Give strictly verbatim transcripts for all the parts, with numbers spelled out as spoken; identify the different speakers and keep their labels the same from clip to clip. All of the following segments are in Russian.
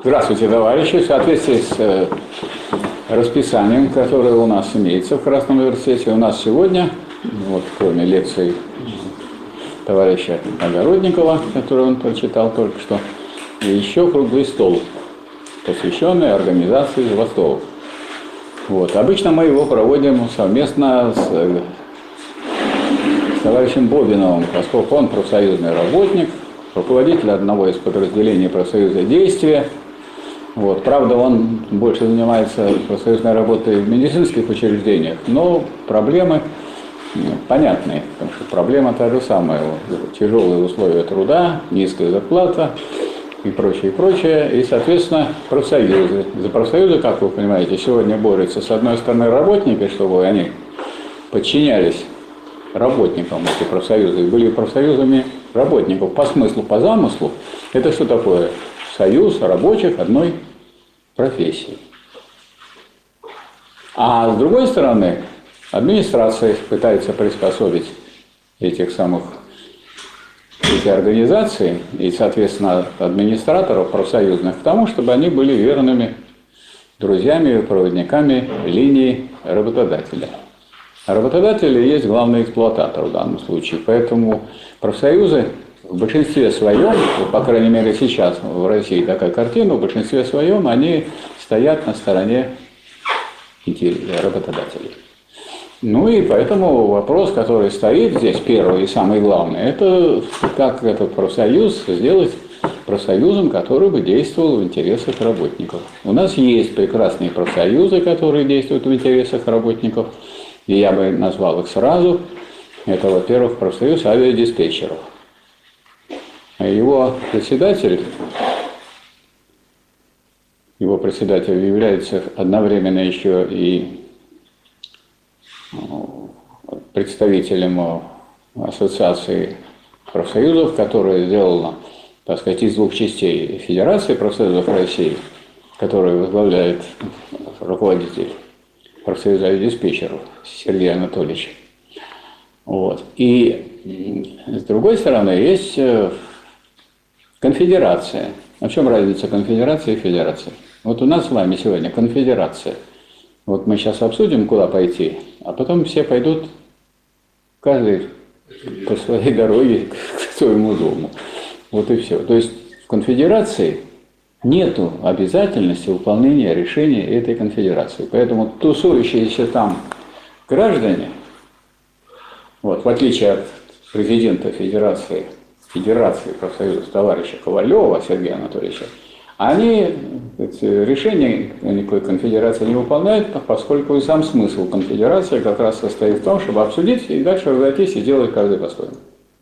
Speaker 1: Здравствуйте, товарищи. В соответствии с э, расписанием, которое у нас имеется в Красном университете, у нас сегодня, вот кроме лекций товарища Огородникова, который он прочитал только что, и еще круглый стол, посвященный организации забастовок. Вот. Обычно мы его проводим совместно с, э, с товарищем Бобиновым, поскольку он профсоюзный работник, руководитель одного из подразделений профсоюза «Действия». Вот. Правда, он больше занимается профсоюзной работой в медицинских учреждениях, но проблемы понятные, потому что проблема та же самая. Тяжелые условия труда, низкая зарплата и прочее, и прочее. И, соответственно, профсоюзы. За профсоюзы, как вы понимаете, сегодня борются, с одной стороны, работники, чтобы они подчинялись работникам, эти профсоюзы, и были профсоюзами работников по смыслу, по замыслу. Это что такое? Союз рабочих одной профессии. А с другой стороны, администрация пытается приспособить этих самых эти организации и, соответственно, администраторов профсоюзных к тому, чтобы они были верными друзьями и проводниками линии работодателя. А работодатели есть главный эксплуататор в данном случае. Поэтому профсоюзы в большинстве своем, по крайней мере сейчас в России такая картина, в большинстве своем они стоят на стороне работодателей. Ну и поэтому вопрос, который стоит здесь, первый и самый главный, это как этот профсоюз сделать профсоюзом, который бы действовал в интересах работников. У нас есть прекрасные профсоюзы, которые действуют в интересах работников, и я бы назвал их сразу. Это, во-первых, профсоюз авиадиспетчеров. Его председатель, его председатель является одновременно еще и представителем ассоциации профсоюзов, которая сделана, так сказать, из двух частей: Федерации профсоюзов России, которую возглавляет руководитель профсоюза авиадиспетчеров Сергей Анатольевич. Вот. И с другой стороны есть конфедерация. А в чем разница конфедерации и федерации? Вот у нас с вами сегодня конфедерация. Вот мы сейчас обсудим, куда пойти, а потом все пойдут, каждый по своей дороге к своему дому. Вот и все. То есть в конфедерации нету обязательности выполнения решения этой конфедерации. Поэтому тусующиеся там граждане, вот, в отличие от президента Федерации, Федерации профсоюзов товарища Ковалева Сергея Анатольевича, они решения никакой конфедерации не выполняют, поскольку и сам смысл конфедерации как раз состоит в том, чтобы обсудить и дальше разойтись и делать каждый по-своему.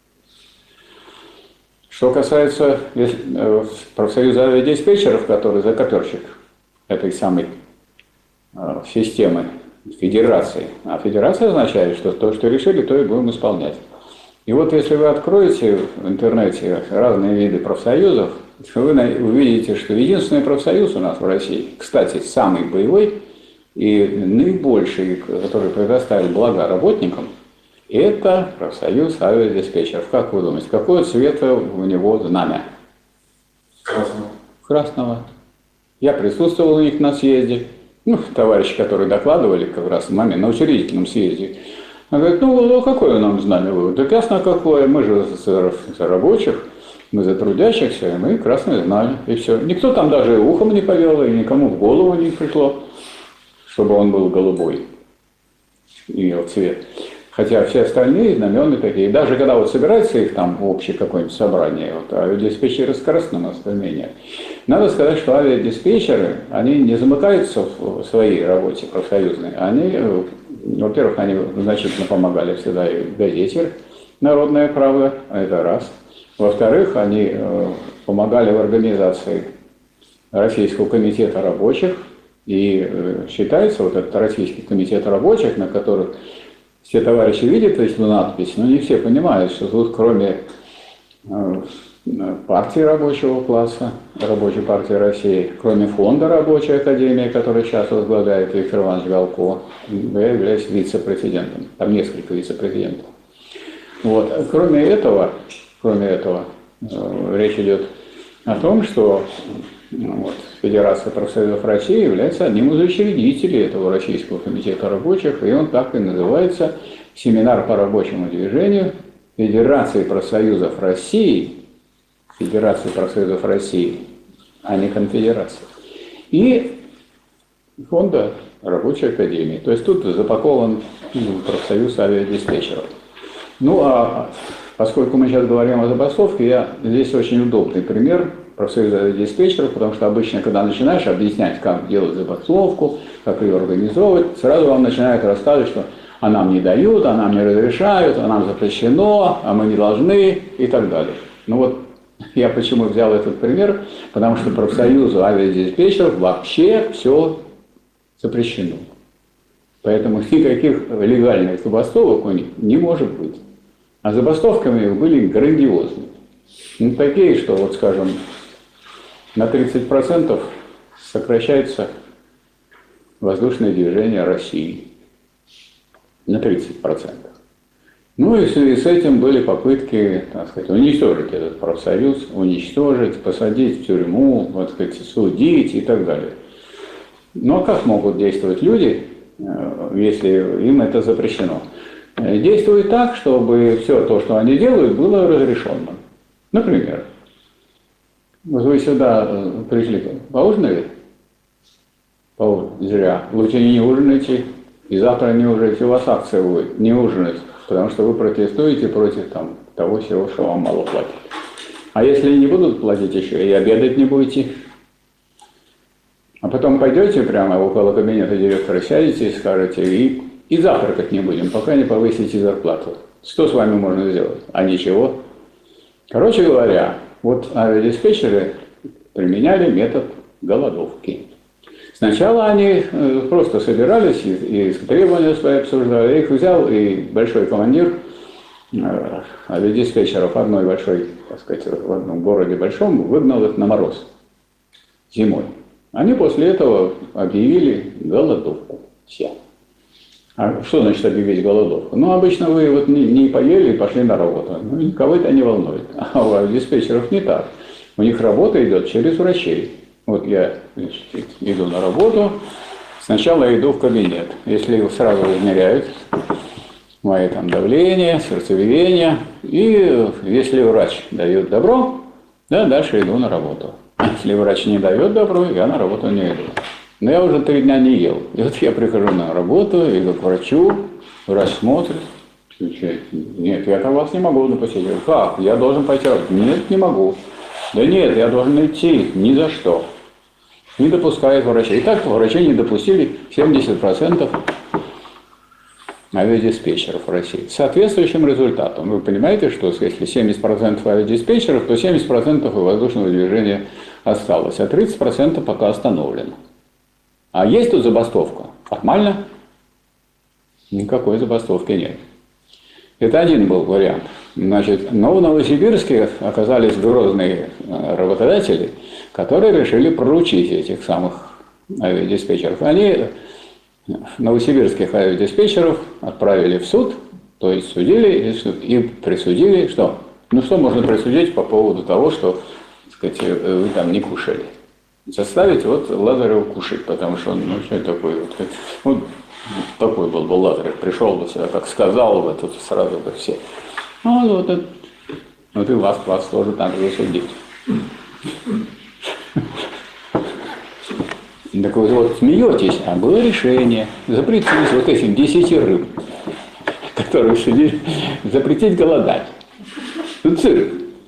Speaker 1: Что касается профсоюза авиадиспетчеров, который закоперщик этой самой системы федерации, а федерация означает, что то, что решили, то и будем исполнять. И вот если вы откроете в интернете разные виды профсоюзов, вы увидите, что единственный профсоюз у нас в России, кстати, самый боевой и наибольший, который предоставит блага работникам, это профсоюз авиадиспетчеров. Как вы думаете, какого цвета у него знамя?
Speaker 2: Красного.
Speaker 1: Красного. Я присутствовал у них на съезде. Ну, товарищи, которые докладывали как раз в момент на учредительном съезде. Он говорит, ну, какое нам знамя вы? Да ясно какое, мы же за, за рабочих, мы за трудящихся, мы красное знамя, и все. Никто там даже ухом не повел, и никому в голову не пришло, чтобы он был голубой, имел цвет. Хотя все остальные знамены такие. Даже когда вот собирается их там в общее какое-нибудь собрание, вот, авиадиспетчеры с красным, остальные нет. Надо сказать, что авиадиспетчеры, они не замыкаются в своей работе профсоюзной. Они, во-первых, они значительно помогали всегда и в газете «Народная правда», это раз. Во-вторых, они помогали в организации Российского комитета рабочих. И считается, вот этот Российский комитет рабочих, на которых все товарищи видят эту надпись, но не все понимают, что тут кроме партии рабочего класса, Рабочей партии России, кроме фонда Рабочей академии, который сейчас возглавляет Виктор Иванович Галко, я являюсь вице-президентом, там несколько вице-президентов. Вот. Кроме этого, кроме этого, речь идет о том, что ну, вот, Федерация профсоюзов России является одним из учредителей этого Российского комитета рабочих, и он так и называется «Семинар по рабочему движению Федерации профсоюзов России», Федерации профсоюзов России, а не конфедерация, и фонда Рабочей академии. То есть тут запакован профсоюз авиадиспетчеров. Ну а поскольку мы сейчас говорим о забастовке, я здесь очень удобный пример профсоюза авиадиспетчеров, потому что обычно, когда начинаешь объяснять, как делать забастовку, как ее организовывать, сразу вам начинают рассказывать, что а нам не дают, а нам не разрешают, а нам запрещено, а мы не должны и так далее. Ну вот я почему взял этот пример, потому что профсоюзу авиадиспетчеров вообще все запрещено. Поэтому никаких легальных забастовок у них не может быть. А забастовками их были грандиозные. Ну, такие, что, вот скажем, на тридцать процентов сокращается воздушное движение России. На тридцать процентов. Ну и в связи с этим были попытки, так сказать, уничтожить этот профсоюз, уничтожить, посадить в тюрьму, так сказать, судить и так далее. Но как могут действовать люди, если им это запрещено? Действуют так, чтобы все то, что они делают, было разрешено. Например, вот вы сюда пришли, поужинали? Поужинали. Зря. Лучше не ужинайте, и завтра не ужинайте, у вас акция будет, не ужинать, потому что вы протестуете против там, того всего, что вам мало платят. А если не будут платить еще, и обедать не будете, а потом пойдете прямо около кабинета директора, сядете и скажете, и, и завтракать не будем, пока не повысите зарплату. Что с вами можно сделать? А ничего. Короче говоря, вот авиадиспетчеры применяли метод голодовки. Сначала они просто собирались и, и требования свои обсуждали. Их взял и большой командир авиадиспетчеров одной большой, так сказать, в одном городе большом, выгнал их на мороз зимой. Они после этого объявили голодовку. Все. А что значит объявить голодовку? Ну, обычно вы вот не, не поели и пошли на работу. Ну, никого это не волнует. А у диспетчеров не так. У них работа идет через врачей. Вот я, значит, иду на работу, сначала иду в кабинет. Если сразу измеряют мое там давление, сердцебиение, и если врач дает добро, да, дальше иду на работу. Если врач не дает добро, я на работу не иду. Но я уже три дня не ел. И вот я прихожу на работу, иду к врачу, врач смотрит. Нет, я там вас не могу допустить. Как? Я должен пойти работать? Нет, не могу. Да нет, я должен идти. Ни за что. Не допускает врачей. И так врачи не допустили семьдесят процентов авиадиспетчеров в России. С соответствующим результатом. Вы понимаете, что если семьдесят процентов авиадиспетчеров, то семьдесят процентов воздушного движения осталось, а тридцать процентов пока остановлено. А есть тут забастовка? Формально? Никакой забастовки нет. Это один был вариант. Значит, но в Новосибирске оказались грозные работодатели, которые решили проручить этих самых авиадиспетчеров. Они новосибирских авиадиспетчеров отправили в суд, то есть судили и присудили, что? Ну что можно присудить по поводу того, что, так сказать, вы там не кушали? Заставить вот Лазарев кушать, потому что он, ну что такое, вот, вот такой был бы Лазарев, пришел бы сюда, как сказал бы, тут сразу бы все. Ну вот, вот, вот и вас, вас тоже так же судить. Так вы вот смеетесь, а было решение запретить вот этим десятерым, которые сидели, запретить голодать. Тут цирк.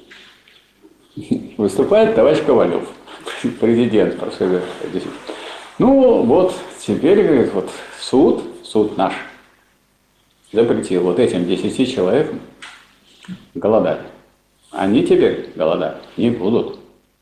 Speaker 1: Выступает товарищ Ковалев, президент профсоюза. Ну вот, теперь, говорит, вот суд, суд наш запретил вот этим десяти человекам голодать. Они теперь голодать не будут.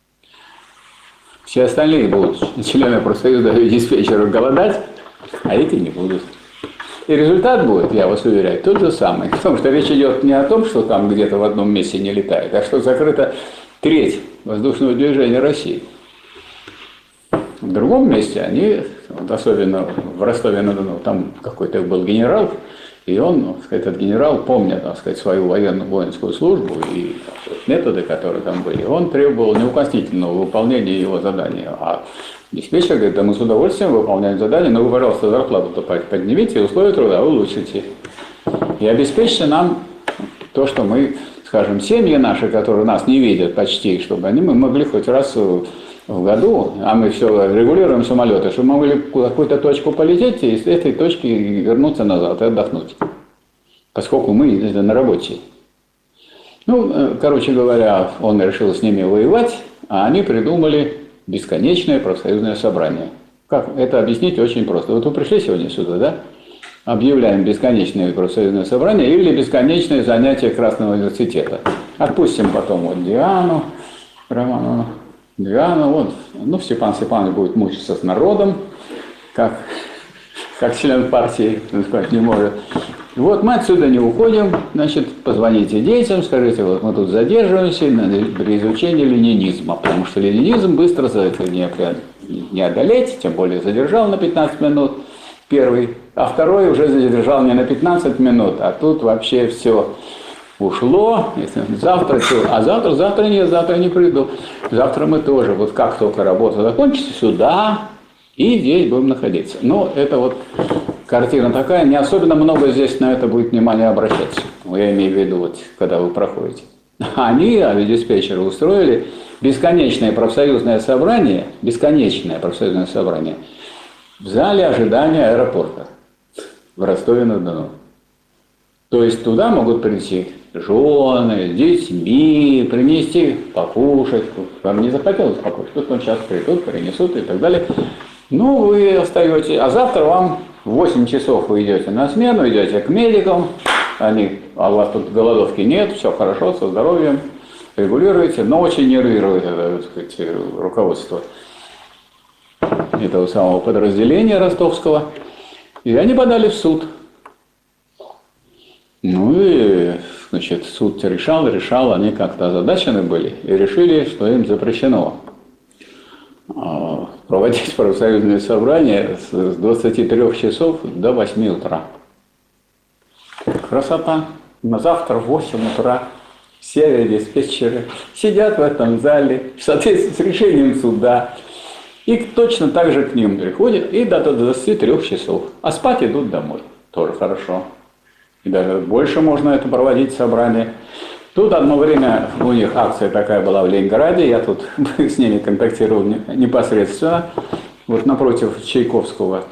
Speaker 1: Все остальные будут, члены профсоюза диспетчеров, голодать, а эти не будут. И результат будет, я вас уверяю, тот же самый. Потому что речь идет не о том, что там где-то в одном месте не летает, а что закрыта треть воздушного движения России. В другом месте они, вот особенно в Ростове-на-Дону, там какой-то был генерал И он, так сказать, этот генерал, помня, так сказать, свою военную воинскую службу и методы, которые там были, он требовал неукоснительного выполнения его задания. А диспетчер говорит, да мы с удовольствием выполняем задание, но вы, пожалуйста, зарплату поднимите и условия труда улучшите. И обеспечьте нам то, что мы, скажем, семьи наши, которые нас не видят почти, чтобы они мы могли хоть раз в году, а мы все регулируем самолеты, чтобы мы могли в какую-то точку полететь и с этой точки вернуться назад и отдохнуть, поскольку мы на работе. Ну, короче говоря, он решил с ними воевать, а они придумали бесконечное профсоюзное собрание. Как это объяснить очень просто. Вот вы пришли сегодня сюда, да? Объявляем бесконечное профсоюзное собрание или бесконечное занятие Красного университета. Отпустим потом вот Диану, Романовну, Диану, вот, ну, Степан Степанович будет мучиться с народом, как, как член партии, так сказать, не может. Вот мы отсюда не уходим, значит, позвоните детям, скажите, вот мы тут задерживаемся при изучении ленинизма, потому что ленинизм быстро за это не, не одолеть, тем более задержал на пятнадцать минут первый, а второй уже задержал не на пятнадцать минут, а тут вообще все ушло, завтра все, а завтра, завтра нет, завтра не приду, завтра мы тоже, вот как только работа закончится, сюда и здесь будем находиться. Но это вот картина такая, не особенно много здесь на это будет внимание обращаться. Я имею в виду, вот, когда вы проходите. Они, авиадиспетчеры, устроили бесконечное профсоюзное собрание, бесконечное профсоюзное собрание в зале ожидания аэропорта в Ростове-на-Дону. То есть туда могут прийти жены, с детьми, принести покушать. Вам не захотелось покушать, тут он сейчас придут, принесут и так далее. Ну, вы остаетесь, а завтра вам в восемь часов вы идете на смену, идете к медикам, они, а у вас тут голодовки нет, все хорошо, со здоровьем, регулируете, но очень нервирует это, так сказать, руководство этого самого подразделения ростовского. И они подали в суд. Ну и, значит, суд решал, решал, они как-то озадачены были и решили, что им запрещено проводить профсоюзные собрания с двадцати трёх часов до восьми утра. Красота. На завтра в восемь утра все авиадиспетчеры сидят в этом зале в соответствии с решением суда. И точно так же к ним приходят и до двадцати трёх часов. А спать идут домой. Тоже хорошо. И даже больше можно это проводить собрание. Тут одно время у них акция такая была в Ленинграде, я тут с ними контактировал непосредственно, вот напротив Чайковского,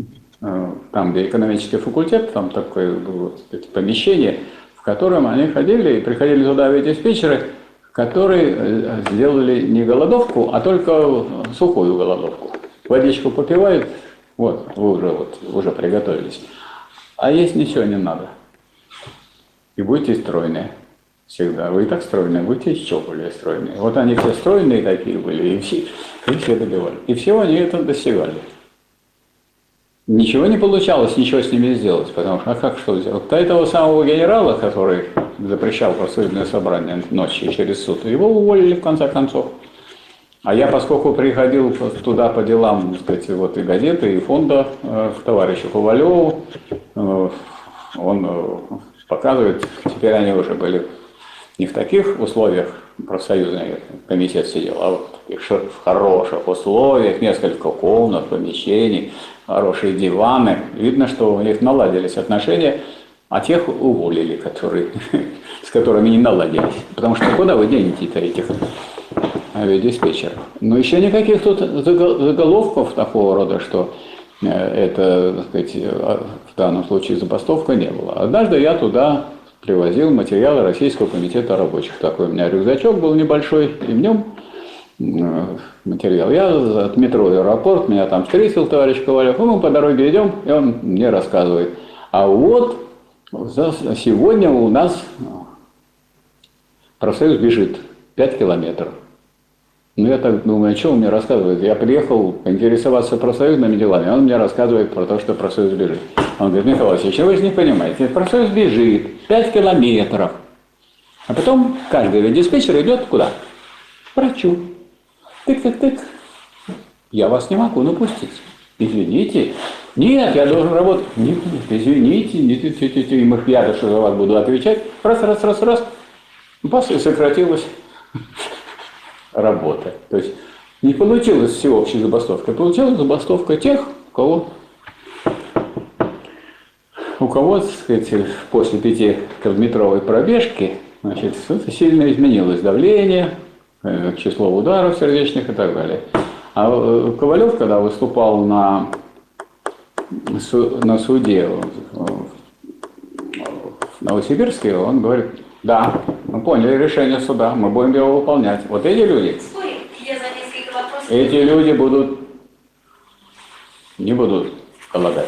Speaker 1: там где экономический факультет, там такое было помещение, в котором они ходили и приходили туда авиадиспетчеры, которые сделали не голодовку, а только сухую голодовку. Водичку попивают, вот, вы уже, вот, уже приготовились, а есть ничего не надо. И будьте стройные. Всегда. Вы и так стройные, будьте еще более стройные. Вот они все стройные такие были, и все, и все добивали. И всего они это достигали. Ничего не получалось, ничего с ними сделать, потому что, а как что сделать? До этого самого генерала, который запрещал профсоюзное собрание ночью через суд, его уволили в конце концов. А я, поскольку приходил туда по делам, так сказать, вот и газеты, и фонда э, к товарищу Ковалеву, э, он э, показывает, теперь они уже были не в таких условиях, профсоюзный комитет сидел, а вот в хороших условиях, несколько комнат, помещений, хорошие диваны. Видно, что у них наладились отношения, а тех уволили, которые, с которыми не наладились. Потому что куда вы денете-то этих авиадиспетчеров? Но еще никаких тут заголовков такого рода, что это, так сказать, в данном случае забастовка не было. Однажды я туда привозил материалы Российского комитета рабочих. Такой у меня рюкзачок был небольшой, и в нем материал. Я от метро в аэропорт, меня там встретил товарищ Ковалев, и мы по дороге идем, и он мне рассказывает. А вот сегодня у нас профсоюз бежит пять километров. Ну, я так думаю, что он мне рассказывает? Я приехал поинтересоваться профсоюзными делами, он мне рассказывает про то, что профсоюз бежит. Он говорит: Михаил Васильевич, вы же не понимаете, профсоюз бежит пять километров. А потом каждый диспетчер идет куда? К врачу. Тык-тык-тык. Я вас не могу напустить. Извините, Нет, я должен работать. Нет, нет, извините, нет, нет, нет, нет, нет, я-то что за вас буду отвечать. Раз, раз, раз, раз. Бас, и сократилась работа. То есть не получилась всеобщая забастовка, получилась забастовка тех, у кого, у кого, так сказать, после пятикилометровой пробежки, значит, сильно изменилось давление, число ударов сердечных и так далее. А Ковалев, когда выступал на, на суде в Новосибирске, он говорит: да, мы поняли решение суда, мы будем его выполнять. Вот эти люди, эти люди будут, не будут голодать.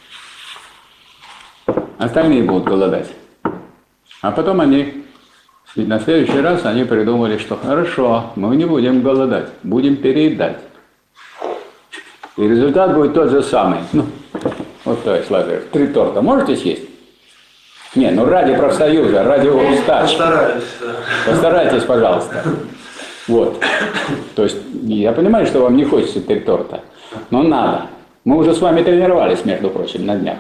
Speaker 1: Остальные будут голодать. А потом они, на следующий раз они придумали, что хорошо, мы не будем голодать, будем переедать. И результат будет тот же самый. Ну, вот, товарищ Лазарев, три торта можете съесть? Не, ну ради профсоюза, ради устачки.
Speaker 3: Постараюсь, да.
Speaker 1: Постарайтесь, пожалуйста. Вот. То есть, я понимаю, что вам не хочется три торта, но надо. Мы уже с вами тренировались, между прочим, на днях.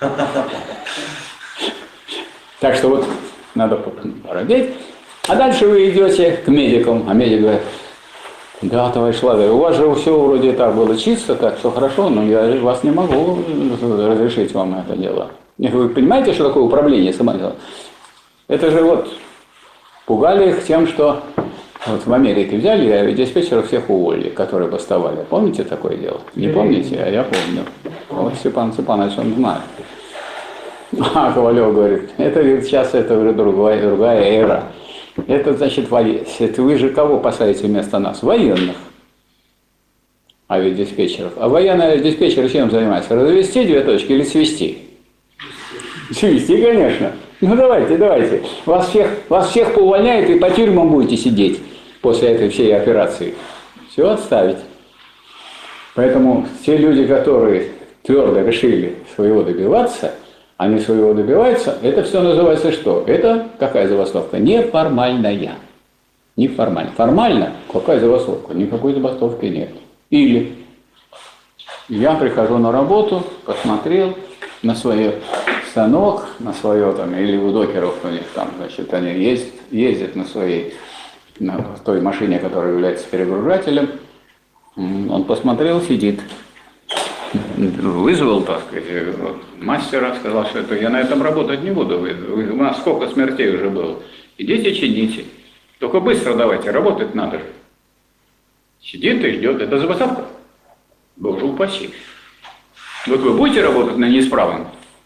Speaker 1: Так что вот, надо поробеть. А дальше вы идете к медикам, а медик говорит: да, товарищ Лазарев, у вас же все вроде так было чисто, так все хорошо, но я вас не могу разрешить вам это дело. Вы понимаете, что такое управление самолетом? Это же вот пугали их тем, что вот в Америке взяли, и диспетчеров всех уволили, которые бастовали. Помните такое дело? Не помните? А я помню. Вот Степан Степанович, он знает. А Ковалев говорит: это сейчас это уже другая, другая эра. Это значит, это вы же кого посадите вместо нас? Военных. А ведь диспетчеров. А военные диспетчеры чем занимаются? Развести две точки или свести? Свести, конечно. Ну давайте, давайте. Вас всех, вас всех поувольняют и по тюрьмам будете сидеть после этой всей операции. Все отставить. Поэтому те люди, которые твердо решили своего добиваться, они своего добиваются, это все называется что? Это какая забастовка? Неформальная. Неформально. Формально какая забастовка? Никакой забастовки нет. Или я прихожу на работу, посмотрел на свой станок, на свое там, или у докеров у них там, значит, они ездят, ездят на своей, на той машине, которая является перегружателем. Он посмотрел, сидит. Вызвал, так сказать, мастера, сказал, что это я на этом работать не буду. Вы, вы, у нас сколько смертей уже было. Идите, чините. Только быстро давайте, работать надо же. Сидит и ждет. Это забастовка. Боже упаси. Вот вы будете работать на неисправном?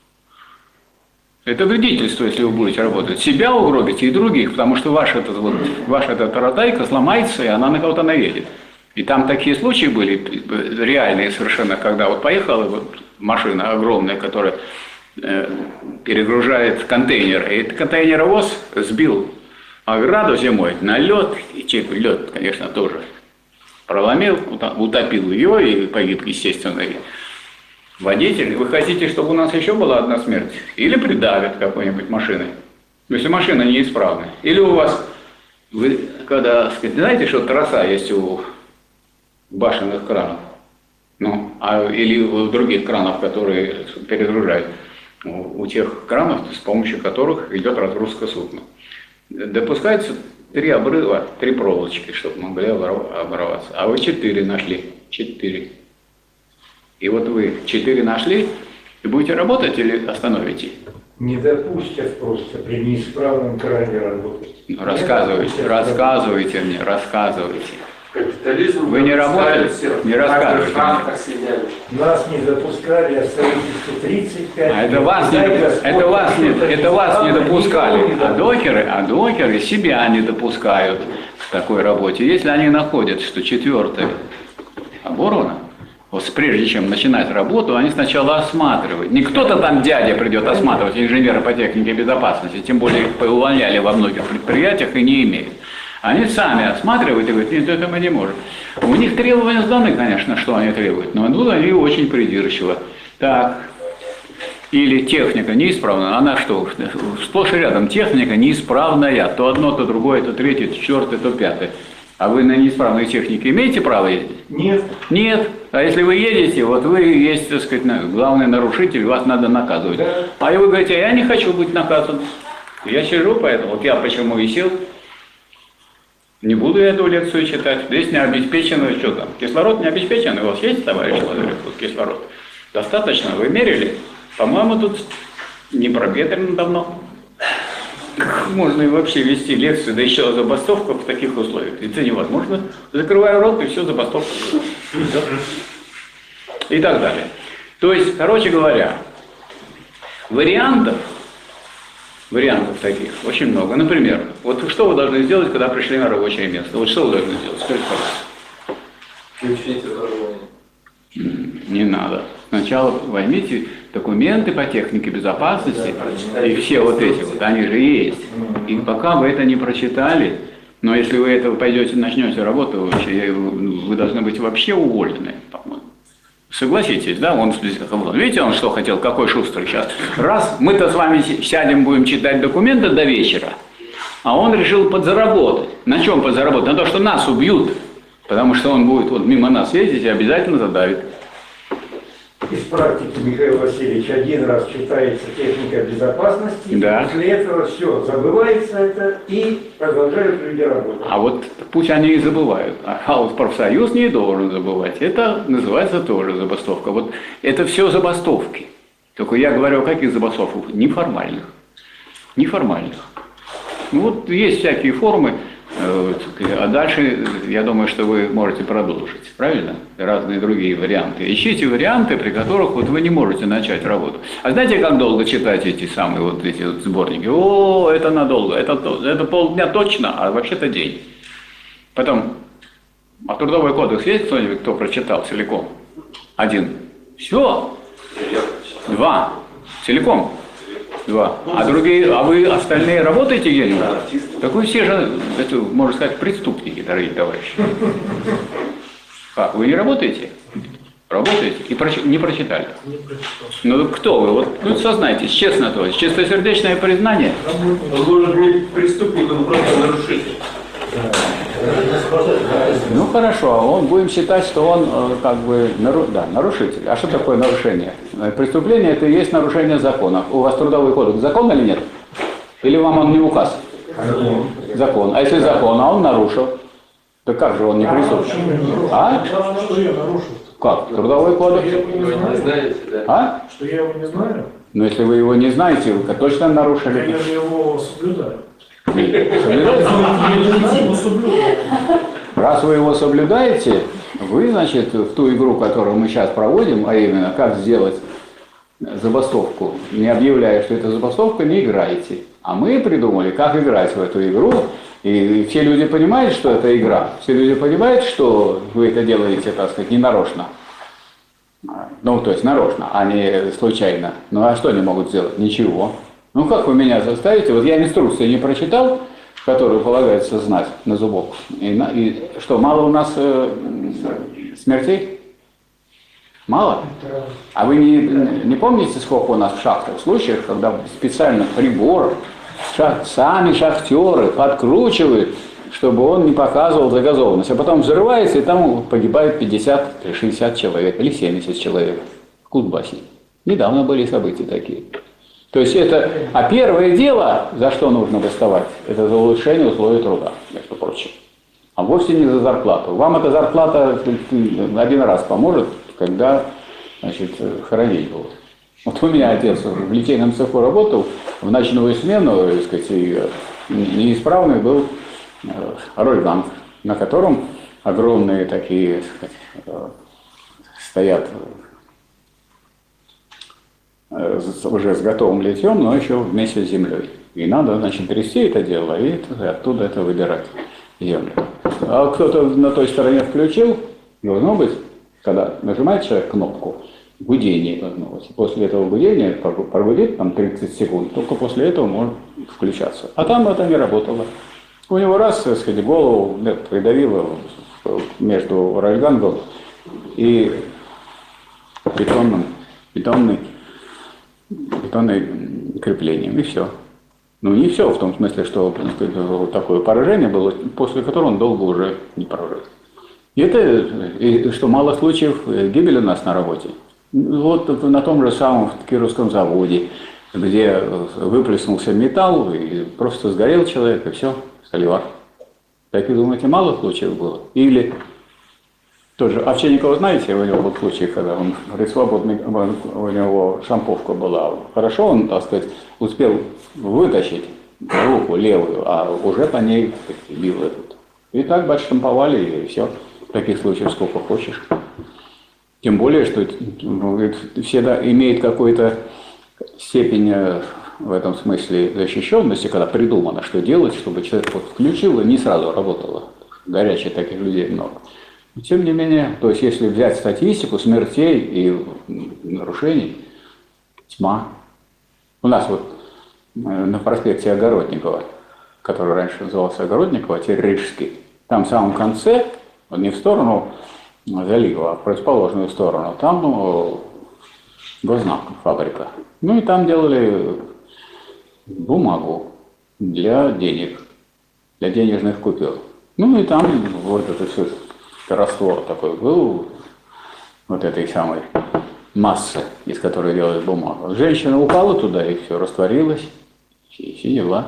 Speaker 1: Это вредительство, если вы будете работать. Себя угробите и других, потому что ваша эта вот, ваша эта таратайка сломается, и она на кого-то наедет. И там такие случаи были реальные совершенно, когда вот поехала вот машина огромная, которая э, перегружает контейнер, и этот контейнеровоз сбил ограду зимой на лед, и лед, конечно, тоже проломил, утопил ее и погиб, естественно, и водитель. Вы хотите, чтобы у нас еще была одна смерть? Или придавят какой-нибудь машиной, если машина неисправная? Или у вас, вы когда, сказать, знаете, что трасса есть у башенных кранов, ну, а, или у других кранов, которые перегружают, у, у тех кранов, с помощью которых идет разгрузка судна. Допускается три обрыва, три проволочки, чтобы могли оборваться. А вы четыре нашли. Четыре. И вот вы четыре нашли, и будете работать или остановите?
Speaker 3: Не допустят просто при неисправном кране работать.
Speaker 1: Рассказывайте, рассказывайте мне, рассказывайте.
Speaker 2: Капитализм.
Speaker 1: Вы не работали? Не рассказывайте мне.
Speaker 3: Нас не запускали, а строительство тридцать пять
Speaker 1: А это вас не, это вас не, это вас не допускали. А докеры, а докеры себя не допускают к такой работе. Если они находят, что четвертая оборона, вот прежде чем начинать работу, они сначала осматривают. Не кто-то там дядя придет осматривать, инженеры по технике безопасности, тем более их увольняли во многих предприятиях и не имеют. Они сами осматривают и говорят: нет, это мы не можем. У них требования сданы, конечно, что они требуют, но ну, они очень придирчиво. Так, или техника неисправна, она что, сплошь и рядом техника неисправная, то одно, то другое, то третье, то четвертое, то пятое. А вы на неисправной технике имеете право ездить?
Speaker 3: Нет.
Speaker 1: Нет. А если вы едете, вот вы есть, так сказать, главный нарушитель, вас надо наказывать.
Speaker 3: Да.
Speaker 1: А вы говорите, я не хочу быть наказан. Я сижу, поэтому, вот я почему и сел. Не буду я эту лекцию читать. Здесь не обеспечено, что там, кислород не обеспечен. У вас есть, товарищ Лазарев, вот кислород? Достаточно? Вы мерили? По-моему, тут не проветрено давно. Как можно и вообще вести лекцию, да еще забастовка в таких условиях? Это невозможно. Закрываю рот, и все, забастовка. И всё. И так далее. То есть, короче говоря, вариантов, вариантов таких очень много. Например, вот что вы должны сделать, когда пришли на рабочее место? Вот что вы должны сделать? Скажите, пожалуйста.
Speaker 2: Включите зажигание.
Speaker 1: Не надо. Сначала возьмите документы по технике безопасности, и все вот эти вот, они же есть. И пока вы это не прочитали, но если вы это пойдете, начнете работу, вообще, вы должны быть вообще уволены, по-моему. Согласитесь, да? Он, видите, он что хотел, какой шустрый сейчас. Раз мы-то с вами сядем, будем читать документы до вечера, а он решил подзаработать. На чем подзаработать? На то, что нас убьют. Потому что он будет вот мимо нас ездить и обязательно задавит.
Speaker 3: Из практики, Михаил Васильевич, один раз читается техника безопасности,
Speaker 1: Да.
Speaker 3: после этого все, забывается это и продолжают люди работать.
Speaker 1: А вот пусть они и забывают. А вот профсоюз не должен забывать. Это называется тоже забастовка. Вот это все забастовки. Только я говорю о каких забастовках? Неформальных. Неформальных. Ну вот есть всякие формы. А дальше, я думаю, что вы можете продолжить, правильно? Разные другие варианты. Ищите варианты, при которых вот вы не можете начать работу. А знаете, как долго читать эти самые вот эти вот сборники? О, это надолго, это, это полдня точно, а вообще-то день. Потом, а трудовой кодекс есть кто-нибудь, кто прочитал целиком? Один. Все. Два. Целиком. Два. А другие, а вы остальные работаете где-нибудь? Так вы все же, это, можно сказать, преступники, дорогие товарищи. Как, вы не работаете? Работаете? И проч... не прочитали? Не прочитал. Ну кто вы? Вот, ну сознайтесь, честно то есть, чистосердечное признание.
Speaker 2: Он может быть преступником, просто нарушителем.
Speaker 1: Ну хорошо, он, будем считать, что он э, как бы нару... да, нарушитель. А что такое нарушение? Преступление – это и есть нарушение закона. У вас трудовой кодекс закон или нет? Или вам он не указ?
Speaker 3: Закон.
Speaker 1: Закон. А если закон, а он нарушил? Да как же он не преступник? А?
Speaker 4: Что я нарушил?
Speaker 1: Как? Трудовой кодекс?
Speaker 4: Что я его не
Speaker 2: Вы не
Speaker 4: знаю?
Speaker 2: знаете, да?
Speaker 1: А?
Speaker 4: Что я его не знаю?
Speaker 1: Ну если вы его не знаете, вы точно нарушили.
Speaker 4: Я же его соблюдаю.
Speaker 1: Соблюдаете?
Speaker 4: Я его соблюдаю.
Speaker 1: Раз вы его соблюдаете, вы, значит, в ту игру, которую мы сейчас проводим, а именно как сделать забастовку, не объявляя, что это забастовка, не играете. А мы придумали, как играть в эту игру, и все люди понимают, что это игра. Все люди понимают, что вы это делаете, так сказать, не нарочно. Ну, то есть нарочно, а не случайно. Ну, а что они могут сделать? Ничего. Ну, как вы меня заставите? Вот я инструкции не прочитал, которую полагается знать на зубок. И, на, и что, мало у нас э, смертей? Мало? А вы не, не помните, сколько у нас в шахтах случаев, когда специально прибор шах, сами шахтеры откручивают, чтобы он не показывал загазованность, а потом взрывается, и там погибает пятьдесят-шестьдесят человек или семьдесят человек в Кузбассе. Недавно были события такие. То есть это, а первое дело, за что нужно восставать, это за улучшение условий труда, между прочим. А вовсе не за зарплату. Вам эта зарплата один раз поможет, когда, значит, хоронить будут. Вот у меня отец в литейном цеху работал, в ночную смену, так сказать, и неисправный был рольганг, на котором огромные такие, так сказать, стоят уже с готовым литьем, но еще вместе с землей. И надо, значит, трясти это дело и оттуда это выбирать землю. А кто-то на той стороне включил, должно быть, когда нажимает человек кнопку, гудение должно быть. После этого гудения прогудит там тридцать секунд, только после этого может включаться. А там это не работало. У него раз, так сказать, голову придавило между рольгангом и бетонным, бетонной бетонным креплением, и все. Ну, не все в том смысле, что вот такое поражение было, после которого он долго уже не прожил. И это, и что мало случаев гибели у нас на работе. Вот на том же самом Кировском заводе, где выплеснулся металл, и просто сгорел человек, и все, соливар. Так вы думаете, мало случаев было? Или тоже Овчинникова, знаете, у него был случай, когда он, говорит, свободный, у него шамповка была. Хорошо он, так сказать, успел вытащить руку левую, а уже по ней бил этот. И так отштамповали, и все. Таких случаев сколько хочешь. Тем более, что ну, всегда имеет какую-то степень в этом смысле защищенности, когда придумано, что делать, чтобы человек вот включил и не сразу работало. Горячие таких людей много. Но, тем не менее, то есть если взять статистику смертей и нарушений, тьма. У нас вот на проспекте Огородникова, который раньше назывался Огородникова, а теперь Рижский, там в самом конце, вот не в сторону залива, а в противоположную сторону, там ну, гознак, фабрика. Ну и там делали бумагу для денег, для денежных купюр. Ну и там вот это все раствор такой был, вот этой самой массы, из которой делают бумагу. Женщина упала туда и все растворилось, и все дела.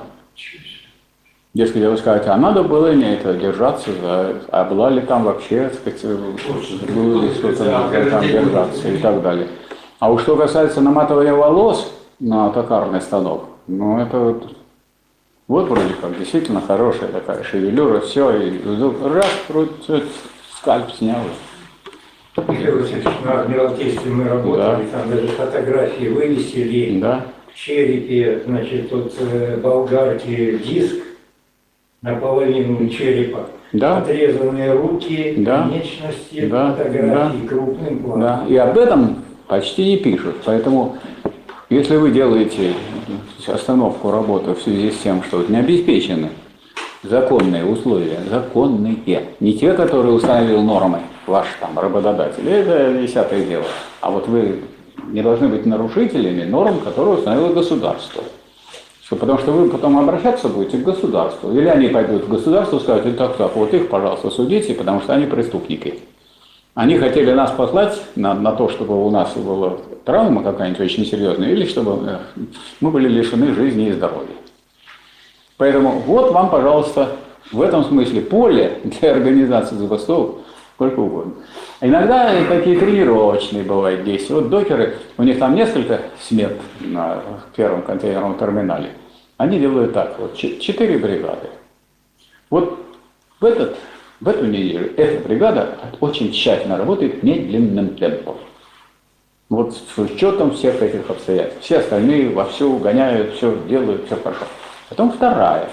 Speaker 1: Если вы скажете, а надо было ли это держаться, за, а была ли там вообще, так сказать, было ли что-то там держаться и так далее. А уж что касается наматывания волос на токарный станок, ну это вот, вот вроде как действительно хорошая такая шевелюра, все, и раз, вроде скальп снял.
Speaker 3: Михаил Васильевич, на Адмиралтействе мы работали,
Speaker 1: Да.
Speaker 3: там даже фотографии вывесили,
Speaker 1: Да.
Speaker 3: в черепе, значит, тут э, болгарки диск, наполовину черепа,
Speaker 1: Да.
Speaker 3: отрезанные руки,
Speaker 1: Да.
Speaker 3: конечности,
Speaker 1: Да.
Speaker 3: фотографии
Speaker 1: Да.
Speaker 3: крупным планом.
Speaker 1: Да. И об этом почти не пишут. Поэтому, если вы делаете остановку работы в связи с тем, что не обеспечены законные условия, законные, не те, которые установил нормы ваш там работодатель, это десятое дело. А вот вы не должны быть нарушителями норм, которые установило государство. Что, потому что вы потом обращаться будете к государству. Или они пойдут к государству и скажут, и так, так, вот их, пожалуйста, судите, потому что они преступники. Они хотели нас послать на, на то, чтобы у нас была травма какая-нибудь очень серьезная, или чтобы мы были лишены жизни и здоровья. Поэтому вот вам, пожалуйста, в этом смысле поле для организации забастовок сколько угодно. Иногда такие тренировочные бывают действия. Вот докеры, у них там несколько смет на первом контейнерном терминале. Они делают так, вот четыре бригады. Вот в, этот, в эту неделю эта бригада очень тщательно работает медленным темпом. Вот с учетом всех этих обстоятельств. Все остальные вовсю гоняют, все делают, все хорошо. Потом вторая,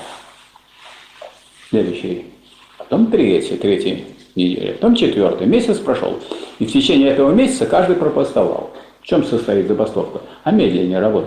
Speaker 1: следующий, потом третья, третья неделя, потом четвертый. Месяц прошел. И в течение этого месяца каждый пропостовал. В чем состоит забастовка? А медленнее работать.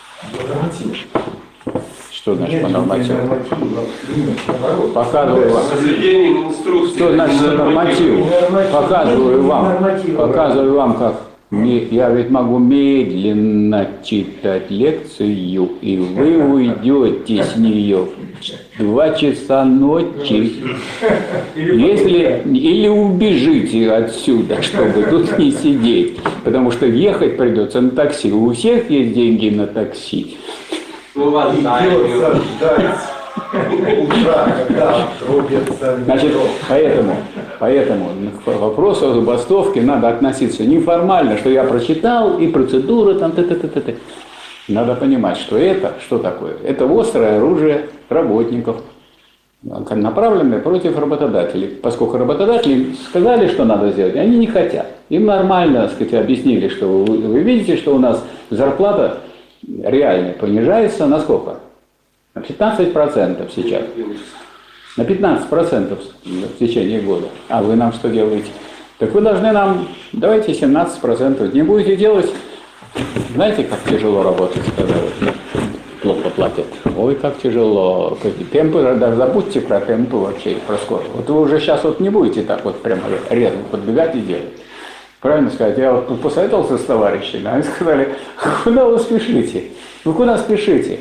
Speaker 1: Что значит по нормативу? Показываю вам.
Speaker 2: Соблюдение инструкций.
Speaker 1: Что значит по нормативу? Показываю вам. Показываю вам, как я ведь могу медленно читать лекцию, и вы уйдете с нее в два часа ночи. Если, или убежите отсюда, чтобы тут не сидеть, потому что ехать придется на такси. У всех есть деньги на такси.
Speaker 2: Ну, вас
Speaker 3: Придется ждать утра, когда трубятся.
Speaker 1: Значит, поэтому, поэтому к вопросу о забастовке надо относиться неформально, что я прочитал, и процедура там, т-т-т-т-т. Надо понимать, что это, что такое? Это острое оружие работников, направленное против работодателей. Поскольку работодатели сказали, что надо сделать, они не хотят. Им нормально, так сказать, объяснили, что вы, вы видите, что у нас зарплата реально понижается на сколько? На пятнадцать процентов сейчас. На пятнадцать процентов в течение года. А вы нам что делаете? Так вы должны нам, давайте семнадцать процентов. Не будете делать, знаете, как тяжело работать, когда плохо платят. Ой, как тяжело. Темпы, даже забудьте про темпы вообще, про скорость. Вот вы уже сейчас вот не будете так вот прямо резко подбегать и делать. Правильно сказать, я вот посоветовался с товарищами, они сказали, куда вы спешите? Вы куда спешите?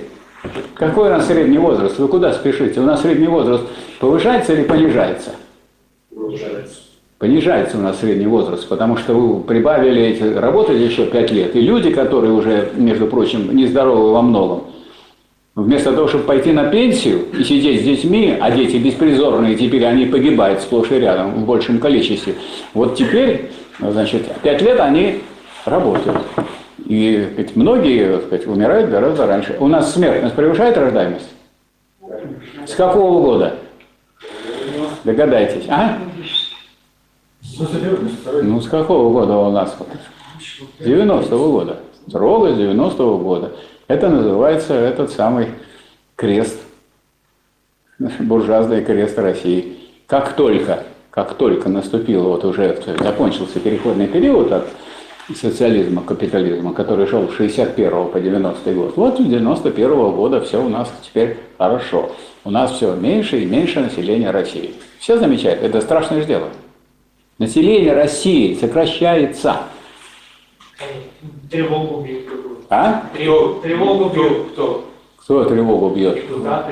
Speaker 1: Какой у нас средний возраст? Вы куда спешите? У нас средний возраст повышается или понижается?
Speaker 2: Понижается.
Speaker 1: Понижается у нас средний возраст, потому что вы прибавили эти, работали еще пять лет. И люди, которые уже, между прочим, нездоровы во многом, вместо того, чтобы пойти на пенсию и сидеть с детьми, а дети беспризорные, теперь они погибают сплошь и рядом в большем количестве. Вот теперь, значит, пять лет они работают. И ведь многие, так сказать, умирают гораздо раньше. У нас смертность превышает рождаемость? С какого года? Догадайтесь. А? Ну, с какого года у нас? С девяностого года. Ровно с девяностого года. Это называется этот самый крест, буржуазный крест России. Как только, как только наступил, вот уже закончился переходный период от социализма к капитализму, который шел с шестьдесят первого по девяностый год, вот с девяносто первого года все у нас теперь хорошо. У нас все меньше и меньше населения России. Все замечают, это страшное дело. Население России сокращается.
Speaker 2: Тревогу бьют.
Speaker 1: А?
Speaker 2: Тревогу, тревогу бьют. Кто?
Speaker 1: Кто тревогу бьет?
Speaker 2: Депутаты.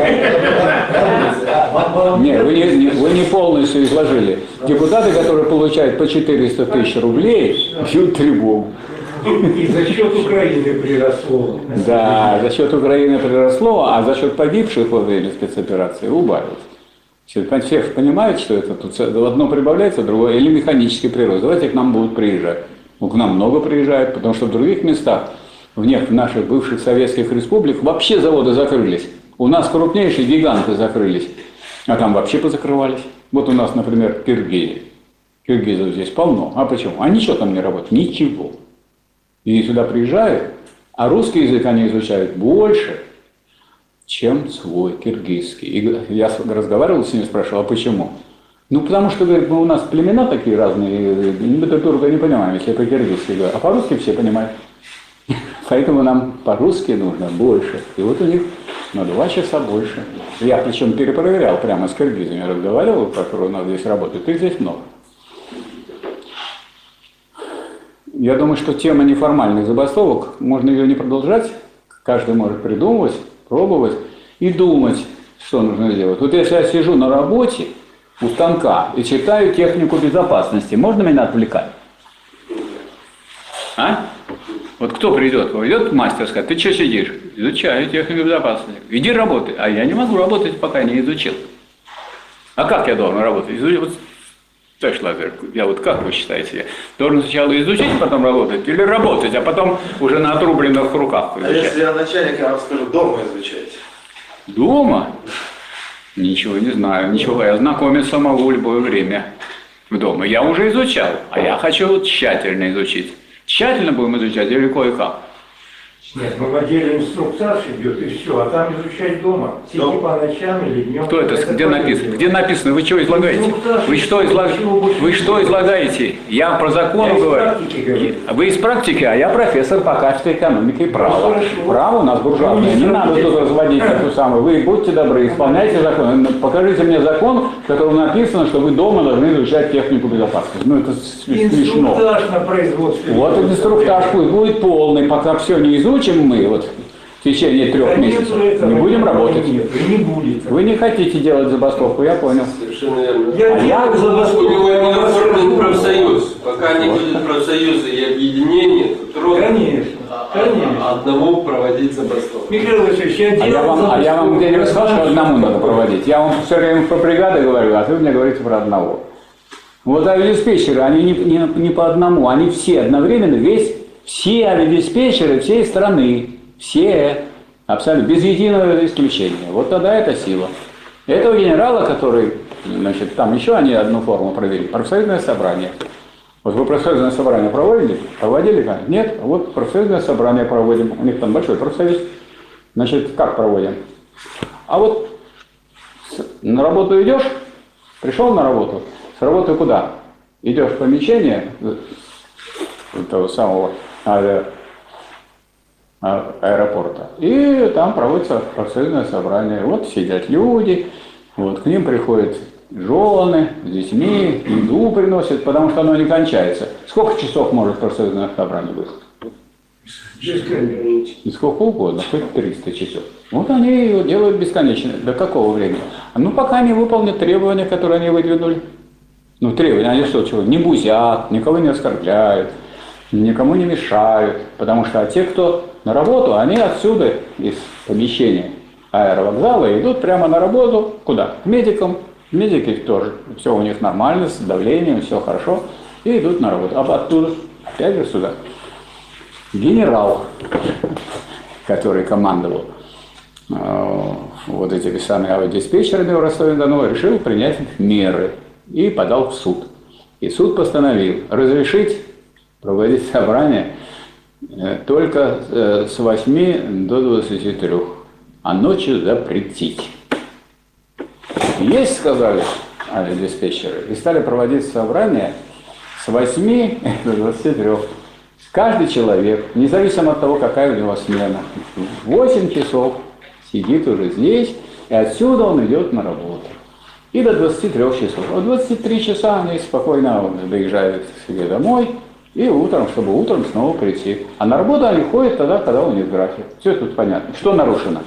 Speaker 1: Нет, вы не, не, вы не полностью изложили. Депутаты, которые получают по четыреста тысяч рублей, бьют тревогу.
Speaker 3: И за счет Украины приросло.
Speaker 1: Да, за счет Украины приросло, а за счет погибших во время спецоперации убавилось. Все понимают, что это тут одно прибавляется, другое, или механический прирост. Давайте к нам будут приезжать. Ну, к нам много приезжают, потому что в других местах, в некоторых наших бывших советских республик, вообще заводы закрылись. У нас крупнейшие гиганты закрылись, а там вообще позакрывались. Вот у нас, например, Киргизия. Киргизов здесь полно. А почему? А ничего там не работает. Ничего. И сюда приезжают, а русский язык они изучают больше, чем свой киргизский. И я разговаривал с ними, спрашивал, а почему? Ну, потому что, говорит, ну, у нас племена такие разные, мы друг друга не понимаем, если я по-киргизски говорю, а по-русски все понимают. Поэтому нам по-русски нужно больше. И вот у них на два часа больше. Я причем перепроверял прямо с киргизами, разговаривал, которые у нас здесь работают, их здесь много. Я думаю, что тема неформальных забастовок, можно ее не продолжать, каждый может придумывать, пробовать и думать, что нужно сделать. Вот если я сижу на работе у станка и читаю технику безопасности, можно меня отвлекать? А? Вот кто придет? Придет мастер, скажет, ты что сидишь? Изучаю технику безопасности. Иди работай. А я не могу работать, пока не изучил. А как я должен работать? Изучил. Вот, товарищ Лазарев, я вот как вы считаете, я должен сначала изучить, потом работать, или работать, а потом уже на отрубленных руках изучать?
Speaker 5: А если я начальник, я вам скажу, дома изучайте.
Speaker 1: Дома? Ничего не знаю, ничего. Я знакомиться могу в любое время дома. Я уже изучал, а я хочу тщательно изучить. Тщательно будем изучать или кое-как?
Speaker 3: Нет, мы в отделе инструктаж идет и все, а там изучать дома. Сиди по ночам или днем.
Speaker 1: Кто это? Где написано? Где написано? Вы что излагаете? Вы что излагаете? Вы что излагаете? Я про закон говорю. Вы из практики, а я профессор по кафедре экономики и права. Право у нас буржуазное. Не надо тут разводить эту самую. Вы будьте добры, исполняйте закон. Покажите мне закон, в котором написано, что вы дома должны изучать технику безопасности. Ну это смешно.
Speaker 3: Инструктаж на производстве.
Speaker 1: Вот этот инструктаж пусть будет полный, пока все не изучим мы вот в течение трех месяцев. Не будем работать.
Speaker 3: Нет, не будет.
Speaker 1: Вы не хотите делать забастовку, я понял.
Speaker 5: Совершенно верно.
Speaker 3: Я
Speaker 1: А
Speaker 3: делаю
Speaker 5: У
Speaker 3: забастовку.
Speaker 5: него не оформлен профсоюз. Пока не будет профсоюза и объединения, то трудно
Speaker 3: Конечно, конечно.
Speaker 5: одному проводить забастовку.
Speaker 3: Михаил Васильевич, я
Speaker 1: А я
Speaker 3: делал
Speaker 1: вам, а я вам
Speaker 3: забастовку.
Speaker 1: где-нибудь сказал, что одному надо проводить. Я вам все время про бригады говорю, а вы мне говорите про одного. Вот авиадиспетчеры, они не, не, не по одному, они все одновременно, весь, все авиадиспетчеры всей страны, все, абсолютно, без единого исключения. Вот тогда это сила. Этого генерала, который, значит, там еще они одну форму провели, профсоюзное собрание. Вот вы профсоюзное собрание проводили? Проводили? Нет? Вот профсоюзное собрание проводим. У них там большой профсоюз. Значит, как проводим? А вот на работу идешь, пришел на работу, с работы куда? Идешь в помещение того самого авиа, аэропорта, и там проводится профсоюзное собрание. Вот сидят люди, вот к ним приходят жены с детьми, еду приносят, потому что оно не кончается. Сколько часов может профсоюзное собрание быть?
Speaker 2: ограничить.
Speaker 1: И сколько угодно, хоть триста часов. Вот они ее делают бесконечно. До какого времени? Ну, пока не выполнят требования, которые они выдвинули. Ну, требования, они что, чего? Не бузят, никого не оскорбляют, никому не мешают. Потому что а те, кто на работу, они отсюда, из помещения аэровокзала, идут прямо на работу. Куда? К медикам. Медики тоже. Все у них нормально, с давлением, все хорошо. И идут на работу. А оттуда, опять же, сюда. Генерал, который командовал э, вот этими самыми авиадиспетчерами в Ростове-на-Дону, решил принять меры и подал в суд. И суд постановил разрешить проводить собрание э, только э, с восьми до двадцати трёх, а ночью запретить. Есть, сказали авиадиспетчеры, и стали проводить собрание с восьми до двадцати трёх. Каждый человек, независимо от того, какая у него смена, восемь часов сидит уже здесь, и отсюда он идет на работу. И до двадцати трёх часов. А двадцати трёх часа они спокойно доезжают к себе домой, и утром, чтобы утром снова прийти. А на работу они ходят тогда, когда у них график. Все тут понятно. Что нарушено?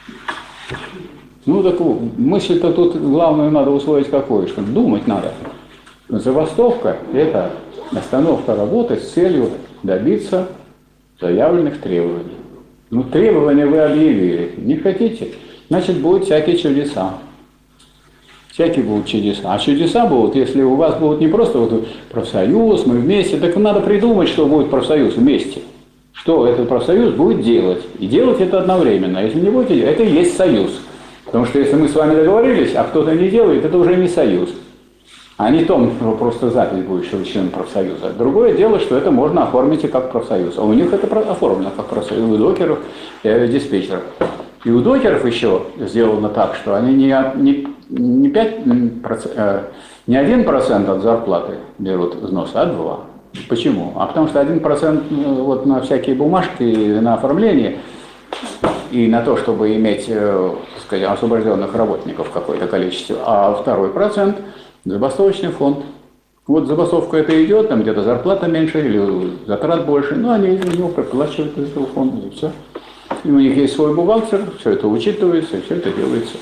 Speaker 1: Ну, так мысль-то тут главную надо усвоить какую, что думать надо. Забастовка – это остановка работы с целью добиться заявленных требований. Ну, требования вы объявили. Не хотите? Значит, будут всякие чудеса. Всякие будут чудеса. А чудеса будут, если у вас будут не просто вот профсоюз, мы вместе, так надо придумать, что будет профсоюз вместе. Что этот профсоюз будет делать. И делать это одновременно. Если не будете делать, это и есть союз. Потому что если мы с вами договорились, а кто-то не делает, это уже не союз. А не то, просто запись будет, что вы член профсоюза. Другое дело, что это можно оформить и как профсоюз. А у них это оформлено как профсоюз, у докеров и авиадиспетчеров. И у докеров еще сделано так, что они не, не, не, пять процентов, не один процент от зарплаты берут взнос, а два. Почему? А потому что один процент вот на всякие бумажки, на оформление и на то, чтобы иметь, так сказать, освобожденных работников какое-то количество, а второй процент забастовочный фонд. Вот забастовка это идет, там где-то зарплата меньше или затрат больше, но они из него проплачивают из этого фонда, и все. И у них есть свой бухгалтер, все это учитывается, и все это делается.